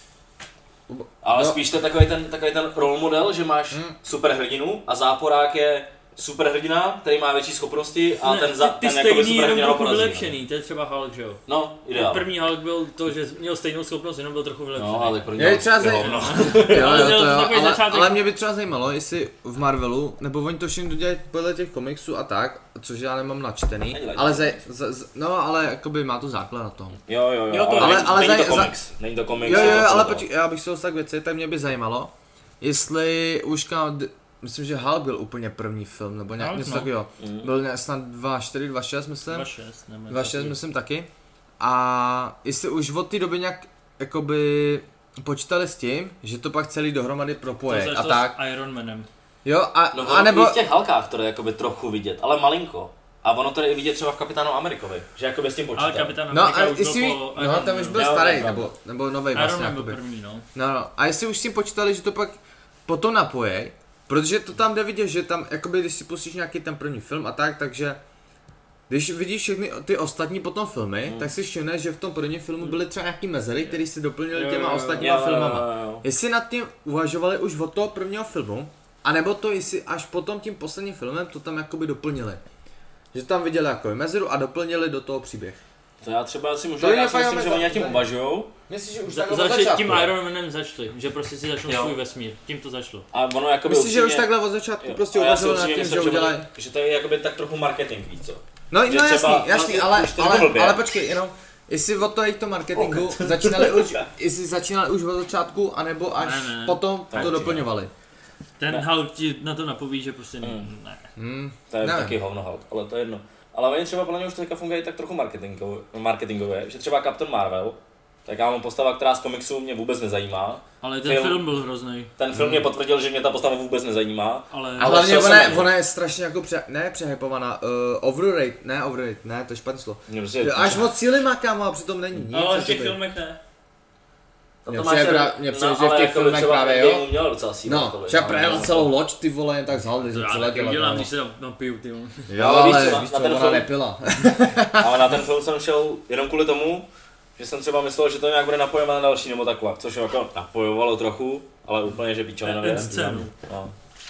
Ale no. spíš to je takový ten, takový ten role model, že máš Hmm. superhrdinu a záporák je superhrdina, který má větší schopnosti a Ne, ten, za, ty, ty ten jakoby stejný superhrdina jenom ho trochu porazí. vylepšený, to je třeba Hulk, že jo? No, ideál. První Hulk byl to, že měl stejnou schopnost, jenom byl trochu vylepšený. No, ale první Je Hulk třeba je zaj- hovno. Jo, Ale jo, dělal to to jo, takový ale, začátek. ale mě by třeba zajímalo, jestli v Marvelu, nebo oni to všechno dělají podle těch komiksů a tak, což já nemám načtený, Nedělají. ale za, za, za, no ale jakoby má to základ na tom. Jo, jo, jo, Jo, to- ale, ale- není, ale není to za- za- komiks, není to komiks. Jo, je jo, to ale to. počkej, já bych se dostal k věci, tak mě by zajímalo, jestli už kam, myslím, že Hulk byl úplně první film, nebo nějak Hulk, něco no. takového. Mm. Byl ne, snad dva čtyři, dva šest myslím. dva šest, nebo dva šest myslím taky. A jestli už od té doby nějak jakoby počítali s tím, že to pak celý dohromady To propoje a začalo tak. s Iron Manem. Jo, a, No, a ono nebo... i v těch Hulkách to je jakoby trochu vidět, ale malinko. A ono to je i vidět třeba v Kapitánu Amerikovi, že jakoby s tím Ale počítá. Kapitán No Amerika a už jestli, byl ví- po no Iron tam už Manu. byl Jo, starý, jo, nebo, nebo nový Iron vlastně Man byl jakoby. první, no. No, no, a jestli už s tím počítali, že to pak potom napojej, protože to tam jde vidět, že tam, jakoby když si pustíš nějaký ten první film a tak, takže když vidíš všechny ty ostatní potom filmy, Hmm. tak si všimneš, že v tom prvním filmu byly třeba nějaký mezery, které si doplnili Jo, těma jo, jo. ostatníma Jo, jo, filmama. jo, jo. Jestli nad tím uvažovali už od toho prvního filmu, anebo to jestli až potom tím posledním filmem to tam jakoby doplnili. Že tam viděli jako mezeru a doplnili do toho příběh. To já třeba si můžu, To je já si fakt myslím, že za- oni nad tím za- uvažujou. Myslíš, že už Za, takhle od začali, začátku? tím Iron Manem začali, že prostě si začnou Jo. svůj vesmír. Tím to začalo. A ono jakoby Myslíš, že už upřímně- takhle od začátku Jo, prostě a já si uvažovali nad upřímně tím, že myslím, udělají... oni- Že to je jakoby tak trochu marketing, víc co. No, že no třeba- jasný, jasný, no, ale, už to ale, blbě. ale počkej, jenom, jestli od toho to marketingu začínali už, jestli začínali už od začátku, anebo až Ne, ne, ne. potom Tak to určitě. doplňovali. Ten Ne. Hulk ti na to napoví, že prostě Mm. ne. Hmm. To je Nevím. taky hovno Hulk, ale to je jedno. Ale oni třeba podle mě už to teďka fungují tak trochu marketingově, marketingově, že třeba Captain Marvel, tak já mám postava, která z komiksu mě vůbec nezajímá. Ale ten Film- film, byl hrozný. Ten film mě potvrdil, že mě ta postava vůbec nezajímá. Ale, A Ale hlavně šel ona, jsem je- ona je strašně jako pře, ne přehypovaná, uh, overrated, ne overrated, ne, to je špatný slovo. Mě prostě, Až moc síly má kámo a přitom není nic. ale v těch jakoby. filmech ne. to Mně to přijde máš pra- ten- mně přijde, že v ale těch jakoby filmech třeba právě, v jo. Endgameu měl docela sílu. No, jakoby, třeba ale projel nevím, celou loď, ty vole, jen tak zhal, že Já přeletěla. taky udělám, kámo. když se napiju, ty vole. Jo, Ale víš ale co, víš na co, ten ona film- nepila. Ale na ten film jsem šel jenom kvůli tomu, že jsem třeba myslel, že to nějak bude napojovat na další nebo takhle, což jako napojovalo trochu, ale úplně, že píčovinově. Ten scénu. No.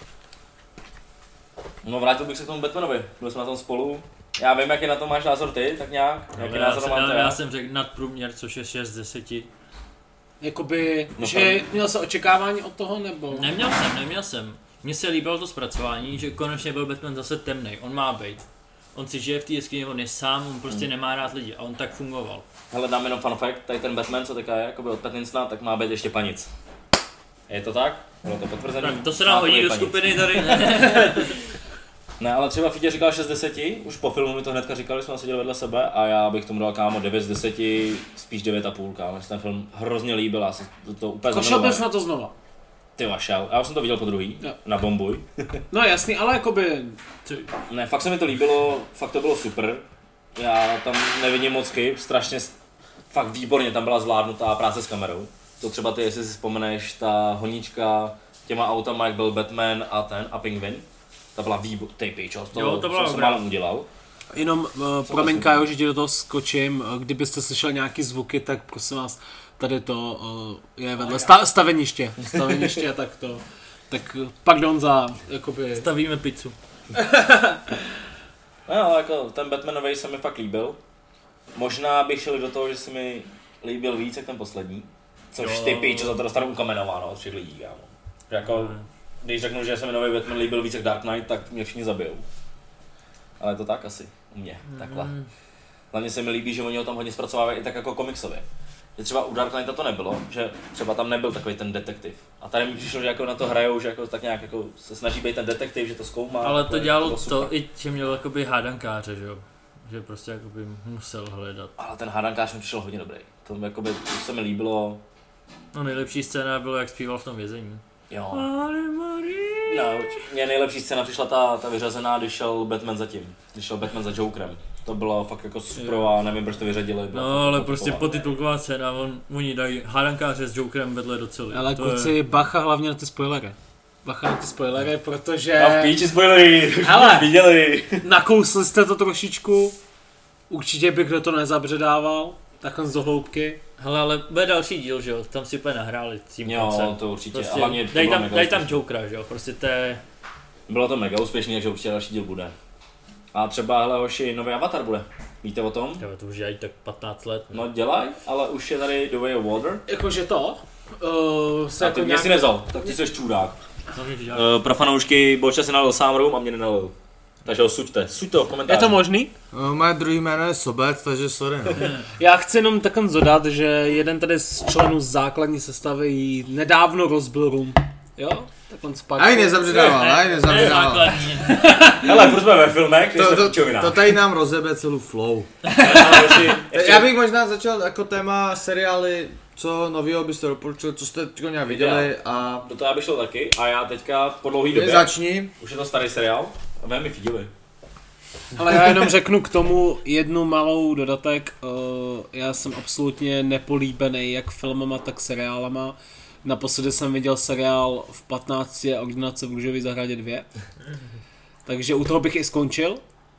no vrátil bych se k tomu Batmanovi, byli jsme na tom spolu. Já vím, jaký na to máš názor ty, tak nějak, jaký Já, názor jsem, mám já, teda. já jsem řekl nadprůměr, což je šest z deseti. Jakoby, No že měl se očekávání od toho, nebo? Neměl jsem, neměl jsem. Mně se líbilo to zpracování, že konečně byl Batman zase temnej. On má být. On si žije v té jeskyni, on je sám, on prostě Hmm. nemá rád lidi a on tak fungoval. Hele, dám jenom fun fact, tady ten Batman, co teďka je, jakoby od Pattinsona, tak má být ještě panic. Je to tak? Bylo to potvrzené? Tak to se Má nám hodí být do panic. skupiny tady. Ne, ale třeba Fitě říkal šest z deseti, už po filmu mi to hnedka říkali, jsme seděli vedle sebe a já bych tomu dal kámo devět z deseti, spíš devět a půl kámo, že se ten film hrozně líbil, já jsem to, to úplně Košel zamiloval. bys na to znova. Ty vašel, já už jsem to viděl po druhý, Jo. na Bombuj. No jasný, ale jakoby, Ne, fakt se mi to líbilo, fakt to bylo super. Já tam nevidím moc chyb, strašně, s- fakt výborně tam byla zvládnutá práce s kamerou. To třeba ty, jestli si vzpomeneš, ta honička těma autama, jak byl Batman a ten, a Pingvin. Ta byla výborná, ty pičo, to, Jo, to byla jsem se dobrá. málem udělal. Jenom uh, promiň Kájo, že ti do toho skočím, kdybyste slyšeli nějaký zvuky, tak prosím vás, tady to uh, je vedle sta- staveniště, staveniště, tak to, tak pardon za, jakoby... Stavíme pizzu. No ale jako ten Batmanovej se mi fakt líbil. Možná bych šel do toho, že se mi líbil víc jak ten poslední. Což jo. Ty píče za to dostanu ukamenováno od všech lidí, kámo. Jako, mm. když řeknu, že se mi nový Batman líbil víc jak Dark Knight, tak mě všichni zabijou. Ale je to tak asi, u mě, mm. takhle. Hlavně se mi líbí, že oni ho tam hodně zpracovávají i tak jako komiksově. Že třeba u Dark Knighta to nebylo, že třeba tam nebyl takový ten detektiv. A tady mi přišlo, že jako na to hrajou, že jako tak nějak jako se snaží být ten detektiv, že to zkoumá. Ale to dělalo to, to i, že měl jakoby hádankáře, že jo? Že prostě jakoby musel hledat. Ale ten hádankář mi přišel hodně dobrý. To, jakoby, to se mi líbilo. No nejlepší scéna bylo, jak zpíval v tom vězení. Jo. No, mě nejlepší scéna přišla ta, ta vyřazená, když šel Batman za tím. Když šel Batman za Jokerem. To bylo fakt jako super a nevím, proč to vyřadili. No ale prostě potitulková scéna, on, oni dají hádankáře s Jokerem vedle do celý. Ale kluci, je... bacha hlavně na ty spoilery. Bacha na ty spoilery, protože... A v píči spoilery, už ale viděli. Nakousli jste to trošičku, určitě bych do toho nezabředával, takhle z dohloubky. Hele, ale bude další díl, že jo, tam si úplně nahráli tím jo, koncem. to určitě, prostě, a hlavně daj tam, daj tam Jokera, že jo, prostě to je... Bylo to mega úspěšný, takže určitě další díl bude. A třeba, hele hoši, nový Avatar bude. Víte o tom? Jo, to už dělají tak patnáct let. Ne? No dělaj, ale už je tady The Way of Water. Jakože to? Uh, a ty mě nějak... si nezal, tak ty jsi čurák. No, uh, pro fanoušky, Boča si nalil sám rum a mě nenalil. Takže ho suďte, suďte ho v komentáři. Je to možný? Uh, moje druhý jméno je Sobec, takže sorry. No. Já chci jenom takhle dodat, že jeden tady z členů základní sestavy jí nedávno rozbil rum. Jo? Tak on spadl. Aj nezabředával, aj nezabředával. Hele, furt jsme ve filmech, to, to, to tady nám rozjebe celou flow. Já bych možná začal jako téma seriály, co novýho byste doporučili, co jste teďko nějak viděli a... Do toho já bych šel taky a já teďka po dlouhý době, začni. Už je to starý seriál a velmi fidili. Ale já jenom řeknu k tomu jednu malou dodatek, já jsem absolutně nepolíbený jak filmama, tak seriálama. Naposledy jsem viděl seriál v patnácti Ordinace v Růžové zahradě dva. Takže u toho bych i skončil.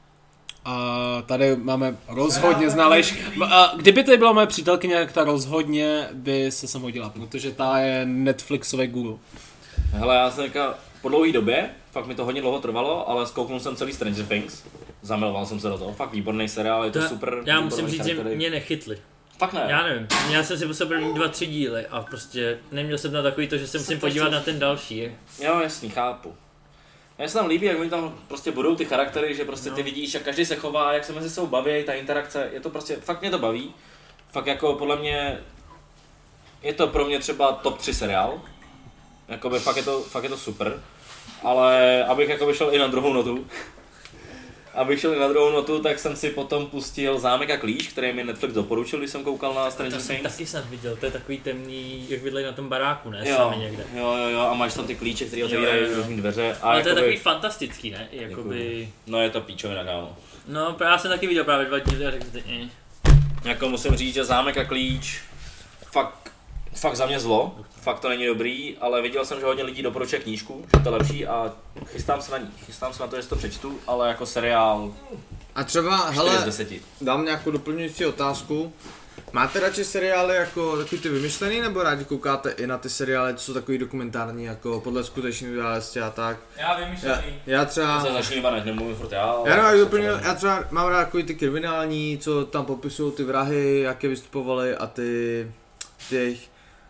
A tady máme rozhodně znaleš. A kdyby tady byla moje přítelkyně, tak ta rozhodně by se sem hodila, protože ta je Netflixové guru. Hele, já jsem říkal, po dlouhé době, fakt mi to hodně dlouho trvalo, ale zkouknul jsem celý Stranger Things. Zamiloval jsem se do toho, fakt výborný seriál, je to, to super. Já musím říct, že mě nechytli. Fakt ne. Já nevím, já jsem si musel první dva, tři díly a prostě neměl jsem na takový to, že se musím podívat na ten další. Jo, jasný, chápu. Mně se tam líbí, jak oni tam prostě budou ty charaktery, že prostě ty vidíš, jak každý se chová, jak se mezi sebou baví, ta interakce, je to prostě, fakt mě to baví. Fakt jako podle mě, je to pro mě třeba top tři seriál. Jakoby fakt je to, fakt je to super. Ale abych jakoby šel i na druhou notu, abych šel i na druhou notu, tak jsem si potom pustil Zámek a klíč, který mi Netflix doporučil, když jsem koukal na Stranger Things. Taky jsem viděl, to je takový temný, jak bydlejí na tom baráku, ne? Jo, sami někde. Jo, jo, jo, a máš tam ty klíče, které otevírají různý dveře. A ale jakoby, to je takový fantastický, ne? Jakoby... No je to píčovina, kámo. No, já jsem taky viděl právě dva díly a řekl si, eh. Jako musím říct, že Zámek a klíč, fakt, fakt za mě zlo, fakt to není dobrý, ale viděl jsem, že hodně lidí doporučuje knížku, že to je lepší a chystám se na ní, chystám se na to, že to přečtu, ale jako seriál a třeba, hele, z deseti. Dám nějakou doplňující otázku. Máte radši seriály jako takový ty vymyšlený, nebo rádi koukáte i na ty seriály, co jsou takový dokumentární, jako podle skutečných událostí a tak? Já vymyšlený. Já, já třeba... Se začni banet, nemluvím furt já, ale... Já, nevím, doplňuji, já třeba mám rád takový ty kriminální, co tam popisují ty vrahy, jaké vystupovali a ty... těch...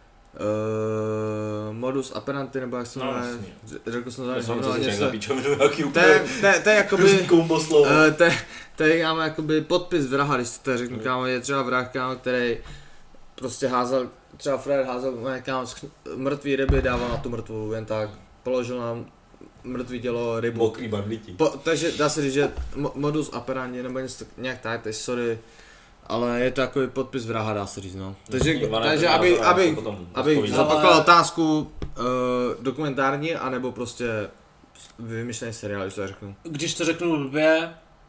Uh, modus operandi, nebo jak se jmenuje, no, řekl jsem to znamená něco. To je jakoby, to je jakoby podpis vraha, když to tak řeknu, kámo, je třeba vrah, kámo, který prostě házel, třeba Fred házel, kámo, mrtvý ryby, dával na tu mrtvou, jen tak, položil nám mrtvý tělo rybu. Mokrý banditi. Po, takže dá se říct, že modus operandi, nebo něco nějak tak, teď sorry. Ale je to takový podpis vraha, dá se říct, no. Takže, takže aby, aby, aby zapakoval otázku uh, dokumentární, anebo prostě vymyšlený seriál, když to řeknu. Když to řeknu blbě,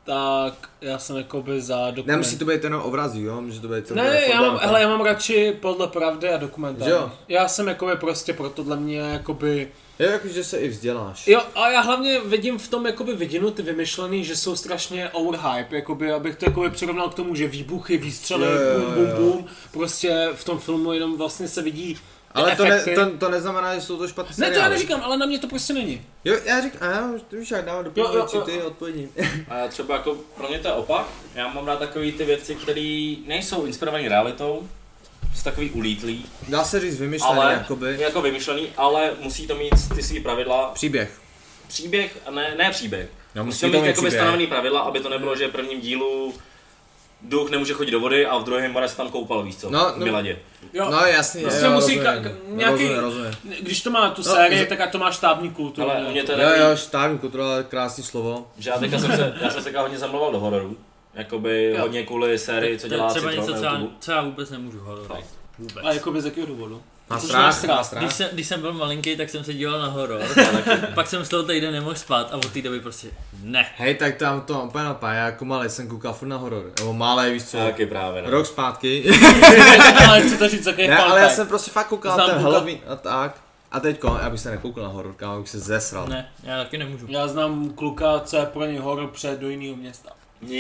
tak já jsem jakoby za dokument. Nemusí to být jenom obrazí, jo? Může to být Ne, já mám, hele, já mám radši podle pravdy a dokumentář. Jo. Já jsem jakoby prostě pro tohle mě jakoby... Jo, jakože se i vzděláš. Jo, a já hlavně vidím v tom jakoby vidinu ty vymyšlený, že jsou strašně overhype, jakoby, abych to jakoby přirovnal k tomu, že výbuchy, výstřely, Jo, jo, bum, bum, jo. bum, prostě v tom filmu jenom vlastně se vidí ty Ale to, ne, efekty. to, to neznamená, že jsou to špatné Ne, seriály. to já neříkám, ale na mě to prostě není. Jo, já říkám, a já už jak dávám Jo, jo, doplňující, jo. ty odpovědní. A já třeba jako, pro mě to je opak, já mám rád takový ty věci, které nejsou inspirované realitou, jsou takový ulítlý, Dá se říct vymyšlený, ale, jakoby. jako vymyšlený, ale musí to mít ty svý pravidla, Příběh. příběh, a ne, ne příběh. No, Musí to mít jakoby stanovený pravidla, aby to nebylo, že v prvním dílu duch nemůže chodit do vody a v druhém more se tam koupal, víš co, No, v no. Miladě. Jo, No jasně, prostě jo, musí rozumím. ka- ka- nějaký- Rozumím, rozumím. když to má tu No, sérii, že- tak ať to má štábní kulturu. Ale u mě to je Jo, takový, jo, štávní kultura, ale krásný slovo. že já teďka jsem se, já jsem se teďka hodně zamlouval do hororu, jakoby Jo. hodně kvůli sérii, co To je dělá třeba Citron něco, na co já, YouTube. co já vůbec nemůžu horory. Vůbec. A jakoby z jakého důvodu? Má Protože strach, máš strach. má strach. Když jsem, když jsem byl malinký, tak jsem se díval na horor, pak jsem z toho týden nemohl spát a od té doby prostě ne. Hej, tak tam to úplně napá, já jako malý jsem koukal furt na horor. Nebo malý, víš co, Taky právě, no. rok zpátky. Ale chci to říct, jaký Ne, fun ale já fact. jsem prostě fakt koukal Znám na ten Buka- Halloween a tak. A teďko, já bych se nekoukal na horor, kámo, bych se zesral. Ne, já taky nemůžu. Já znám kluka, co je pro něj horor přejet do jiného města.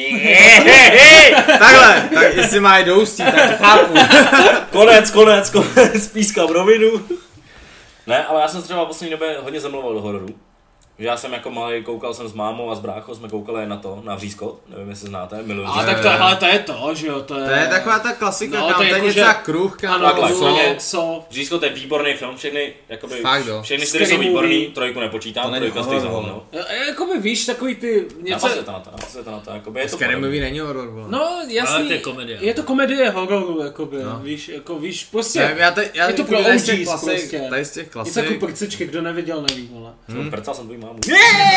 Takhle, tak jestli má jít do Ústí, tak to chápu. Konec, konec, konec, pískám rovinu. Ne, ale já jsem se třeba v poslední době hodně zamlouval do hororu. Že já jsem jako malý, koukal jsem s mámou a s bráchou, jsme koukali na to, na Vřízkot, nevím jestli znáte, miluji Ale Jo, tak to, jo. ale to je to, že jo, to je... To je taková ta klasika, No, kámo, to to je je jako, něco že- jak kruh, kámo. Ano, Takhle, to co? co? Vřízkot je výborný film, všechny, jakoby, Fakt, jo. všechny čtyři jsou Scary výborný, movie. trojku To nepočítám, není trojka stojí za horor, hovno. Jakoby víš, takový ty něco... Napasujete na to, napasujete na to, jakoby je to Scary podobný. movie není horor, vole. No, jasný, Ale to je komedie. je to komedie hororu, jakoby, No. víš, jako víš, prostě... Ne, já te, já je to tady pro z těch O Gs klasik, prostě. tady z těch Něco jako klasik. prcičky, kdo neviděl, neví, vole. Hmm. Prcal jsem tvojí mámu.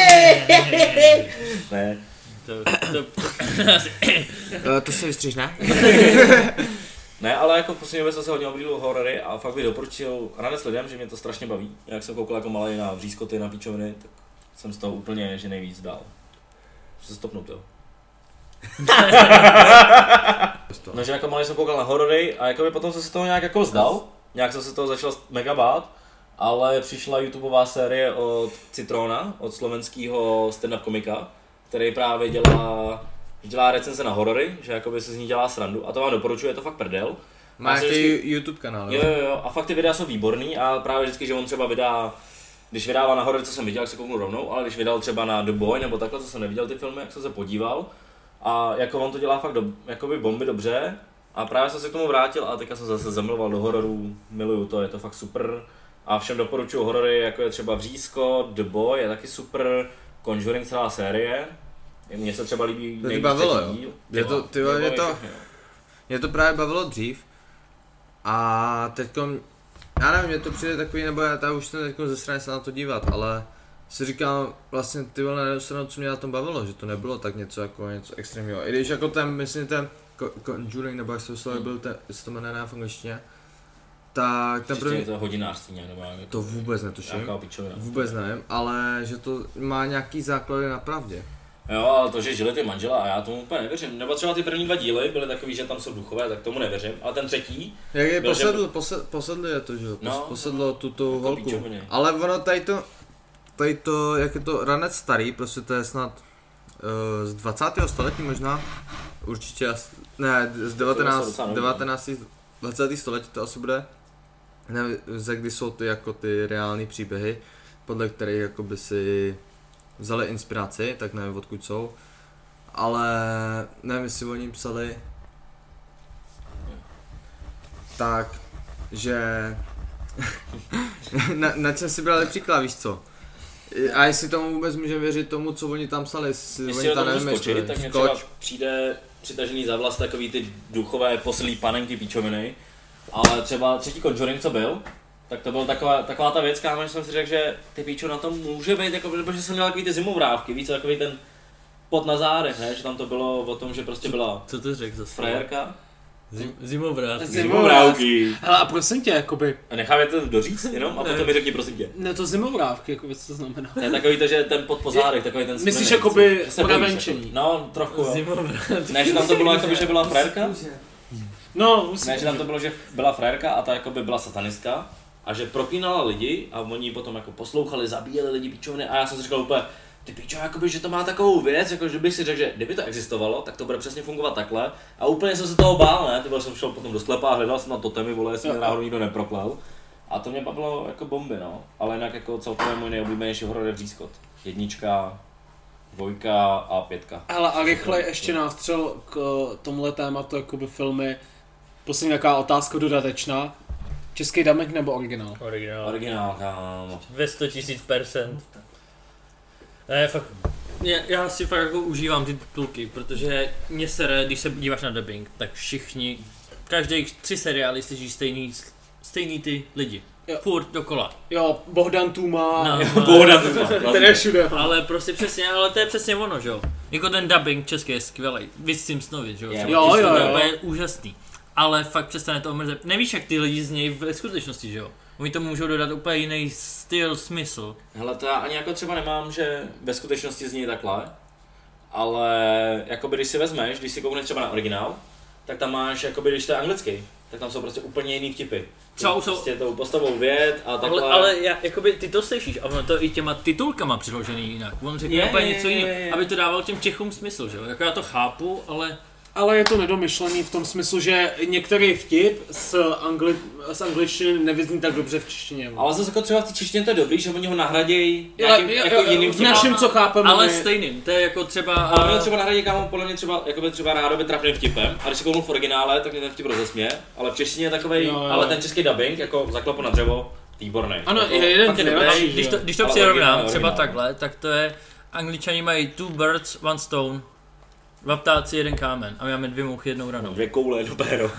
Ne. To, to, Eh, To se vystříš, ne? Ne, ale jako v poslední době jsem se hodně oblíbil horory a fakt bych doporučil ranec lidem, že mě to strašně baví. Jak jsem koukal jako malý na Vřízkoty, na píčoviny, tak jsem z toho úplně, že nejvíc dál. Se stopnout, jo. No, že jako malý jsem koukal na horory a jako by potom jsem se toho nějak jako vzdal. Nějak jsem se toho začal mega bát. Ale přišla YouTubeová série od Citrona, od slovenského stand-up komika, který právě dělá, dělá recenze na horory, že jakoby se z ní dělá srandu a to vám doporučuji, je to fakt prdel. Má Já si nějaký vždycky- YouTube kanál, Jo, jo, jo, a fakt ty videa jsou výborný a právě vždycky, že on třeba vydá, když vydává na horory, co jsem viděl, jak se kouknu rovnou, ale když vydal třeba na The Boy nebo takhle, co jsem neviděl ty filmy, jak jsem se podíval a jako on to dělá fakt do, jakoby bomby dobře a právě jsem se k tomu vrátil a teďka jsem zase zamluval do hororů, miluju to, je to fakt super a všem doporučuji horory, jako je třeba Vřízko, The Boy, je taky super, Conjuring celá série, mně se třeba líbí To tě nejvíc bavilo, třetí jo? díl. Je to- Jo, ty vole, The je Boy to- všechny, jo. Mě to právě bavilo dřív. A teďko, já nevím, mě to přijde takový, nebo já, já už jsem teďko ze strany se na to dívat, ale si říkám vlastně ty vole na stranu, co mě na tom bavilo, že to nebylo tak něco jako něco extrémního. I když jako ten, myslím ten Co- Conjuring, nebo jak se to byl, ten, se to jmenuje v angličtině, tak ten Ještě první, je to hodinářství nějak, nebo nějak, to vůbec netuším, nějaká pičovina. vůbec nevím, ale že to má nějaký základy na pravdě. Jo, ale to, že žili ty manžela a já tomu úplně nevěřím. Nebo třeba ty první dva díly byly takový, že tam jsou duchové, tak tomu nevěřím. Ale ten třetí, Jak je Byl, že- posedl, posed, posedl je to, že jo, No, no, posedlo tu, tu jako holku. píčoviny. Ale ono tady to, tady to, jak je to ranec starý, prostě to je snad uh, z dvacátého století možná, určitě, as- ne, z devatenáctého, docela nový. devatenáctého, dvacátého století to asi bude, nevím, ze kdy jsou ty jako ty reální příběhy, podle kterých jakoby si vzali inspiraci, tak nevím odkud jsou, ale nevím, jestli oni psali, tak, že na, na čem si brali příklad, víš co? A jestli tomu vůbec můžeme věřit tomu, co oni tam psali, jestli jestli oni o tam tom můžu nevymýšleli. skočit, tak mě třeba Skoč. přijde přitažený za vlast takový ty duchové poslí panenky píčoviny. Ale třeba třetí Conjuring, co byl, tak to byla taková, taková ta věc, kámo, že jsem si řekl, že ty píčo na tom může být, jako, protože jsem měl takový ty zimovrávky, víc takový ten pot na zádech, ne? Že tam to bylo o tom, že prostě byla co to řekl zase? frajerka. Zim, zimovrátka. Zimovráky. Hele, a prosím tě, jakoby... A necháme to doříct jenom a potom mi řekni prosím tě. Ne, to zimovráky, jakoby, co to znamená? To je takový to, že ten podpozádek, takový ten myslíš jakoby mravenčení? No, trochu jo. Ne, že tam to bylo jakoby, že byla frérka? No, musím. Ne, že tam to bylo, že byla frérka a ta jakoby byla satanistka a že proklínala lidi a oni ji potom jako poslouchali, zabíjeli lidi pičovny a já jsem si říkal úplně, ty pičo, jakoby, že to má takovou věc, jako že bych si řekl, že kdyby to existovalo, tak to bude přesně fungovat takhle. A úplně jsem se toho bál, ne? Ty byl jsem šel potom do sklepa a hledal jsem na totemy, vole, jestli mě náhodou nikdo neproklal. A to mě bavilo jako bomby, no. Ale jinak jako celkově můj nejoblíbenější horor je Vřízkot. Jednička, dvojka a pětka. Hele, a rychle ještě nástřel k tomuhle tématu, jakoby filmy. Poslední taková otázka dodatečná. Český dubbing nebo originál? Originál. Originál, kámo. Ve sto tisíc percent. Ne, fakt, já, já si fakt jako užívám ty titulky, protože mě sere, když se díváš na dubbing, tak všichni, každý tři seriály slyší stejný, stejný ty lidi. Jo. Furt dokola. Jo, Bohdan Tuma. No, jo, Bohdan Tuma. Ten je všude. Ale prostě přesně, ale to je přesně ono, že jo. Jako ten dubbing český je skvělý. Víc Simpsonovi, že jo. Jo, jo, jo, jo. To je úžasný. Ale fakt přestane to omrzet. Nevíš, jak ty lidi z něj v skutečnosti, že jo. Oni tomu můžou dodat úplně jiný styl, smysl. Hele, to já ani jako třeba nemám, že ve skutečnosti zní takhle, ale jakoby když si vezmeš, když si koukneš třeba na originál, tak tam máš, jakoby když to je anglický, tak tam jsou prostě úplně jiný vtipy. Co jsou? Prostě tou postavou věd a takhle. Ale, ale já, jakoby ty to slyšíš a ono to i těma titulkama přiložený jinak. On řekne je, úplně je, něco je, jiného, je. aby to dával těm Čechům smysl, že jo. Jako já to chápu, ale... Ale je to nedomyšlený v tom smyslu, že některý vtip z, angli- z angličtiny nevyzní tak dobře v češtině. Ale zase jako třeba v té češtině to je dobrý, že oni ho nahradějí nějakým jo, jako jo, jiným v našem, co chápeme. Ale my... stejným, to je jako třeba... Ale oni ho třeba nahradí kámo, podle mě třeba, jakoby třeba rádoby trapným vtipem, a když si kouknu v originále, tak mě ten vtip rozesměje, ale v češtině je takovej, jo, jo. Ale ten český dubbing, jako zaklopu na dřevo, výborný. Ano, jako, je jeden je dobrý. Když to, když to přirovnám třeba takhle, tak to je... Angličani mají two birds, one stone. Dva ptáci, jeden kámen a my máme dvě mouchy, jednou ranou. Dvě koule, jedno péro.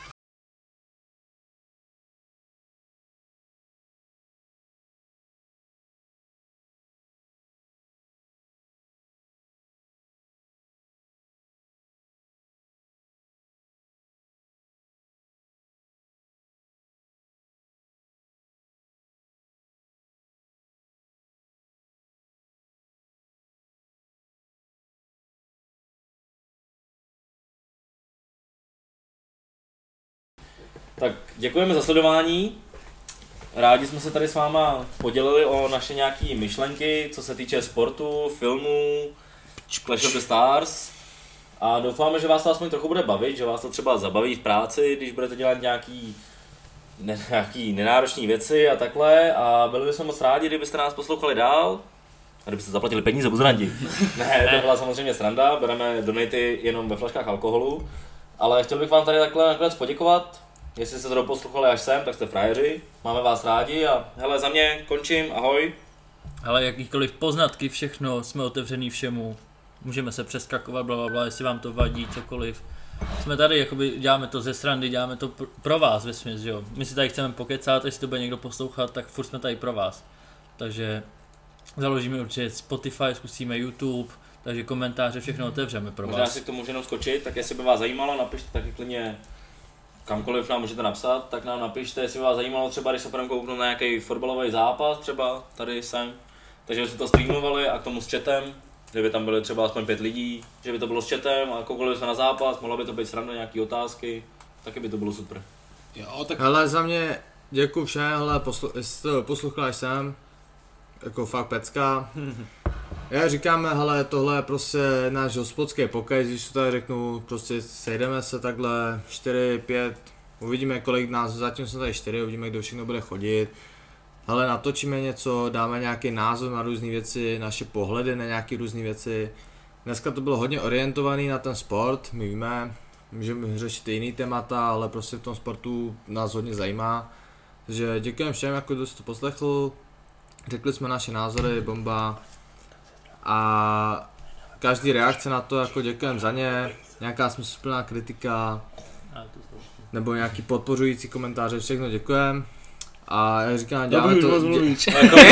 Tak děkujeme za sledování. Rádi jsme se tady s váma podělili o naše nějaké myšlenky, co se týče sportu, filmů, Clash of the Stars. A doufáme, že vás to aspoň trochu bude bavit, že vás to třeba zabaví v práci, když budete dělat nějaký, ne, nějaký nenáročné věci a takhle. A byli bychom moc rádi, kdybyste nás poslouchali dál. A kdybyste zaplatili peníze, buzrandi. Ne, to byla samozřejmě sranda, bereme donaty jenom ve flaškách alkoholu. Ale chtěl bych vám tady takhle nakonec poděkovat. Jestli jste to doposlouchali až sem, tak jste frajeři, máme vás rádi a hele, za mě končím, ahoj. Ale jakýkoliv poznatky, všechno, jsme otevřený všemu, můžeme se přeskakovat, blablabla, jestli vám to vadí, cokoliv. Jsme tady, jakoby děláme to ze srandy, děláme to pr- pro vás vesměs, že jo. My si tady chceme pokecat, jestli to bude někdo poslouchat, tak furt jsme tady pro vás. Takže založíme určitě Spotify, zkusíme YouTube, takže komentáře, všechno otevřeme pro Možná vás. Možná si k tomu můžu jenom skočit, tak jestli by vás zajímalo, napište taky klidně kamkoliv nám můžete napsat, tak nám napište, jestli by vás zajímalo třeba, když se budeme kouknout na nějaký fotbalový zápas, třeba tady sem. Takže bychom to streamovali a k tomu s chatem, kdyby tam byly třeba aspoň pět lidí, že by to bylo s chatem a koukali jsme na zápas, mohlo by to být sranda, nějaký otázky, taky by to bylo super. Jo, tak... Hele, za mě děkuji všem, hele, poslu... jestli to poslouchal jsem, jako fakt pecka. Já říkáme, hele, tohle je prostě náš hospodský pokec, když to tady řeknu, prostě sejdeme se takhle čtyři, pět, uvidíme kolik nás, zatím jsme tady čtyři, uvidíme, kdo všechno bude chodit. Hele, natočíme něco, dáme nějaký názor na různé věci, naše pohledy na nějaké různé věci. Dneska to bylo hodně orientovaný na ten sport, my víme, můžeme řešit i jiný témata, ale prostě v tom sportu nás hodně zajímá. Takže děkujeme všem, jako kdo jsi to poslechl, řekli jsme naše názory, bomba. A každý reakce na to, jako děkujeme za ně, nějaká smysluplná kritika, nebo nějaký podpořující komentáře, všechno děkujeme. A já říkám, Dobrý, děláme už to... moc dě- mluvíš. Je to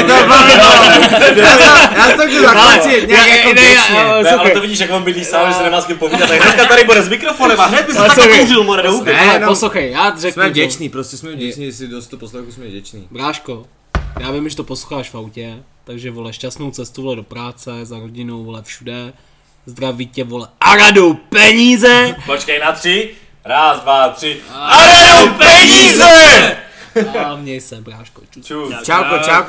Já to chci zakončit nějak jako věčně. Ne, ale to vidíš, jak on bydlí sám, že se nemá s kým povídat, tak hnedka tady bude s mikrofonem a hned by se tak kouřil, more, do huby. Ne, poslouchej, já řeknu Jsme to. vděční, prostě jsme vděční, jestli dost to poslechu jsme vděční. Bráško, já vím, že to posloucháš v autě, takže vole šťastnou cestu vole do práce, za rodinou vole všude. Zdraví tě vole a radou peníze! Počkej na tři, raz, dva, tři, a radou peníze! A měj se, bráško. Čus. Čus. Čauko, čauko.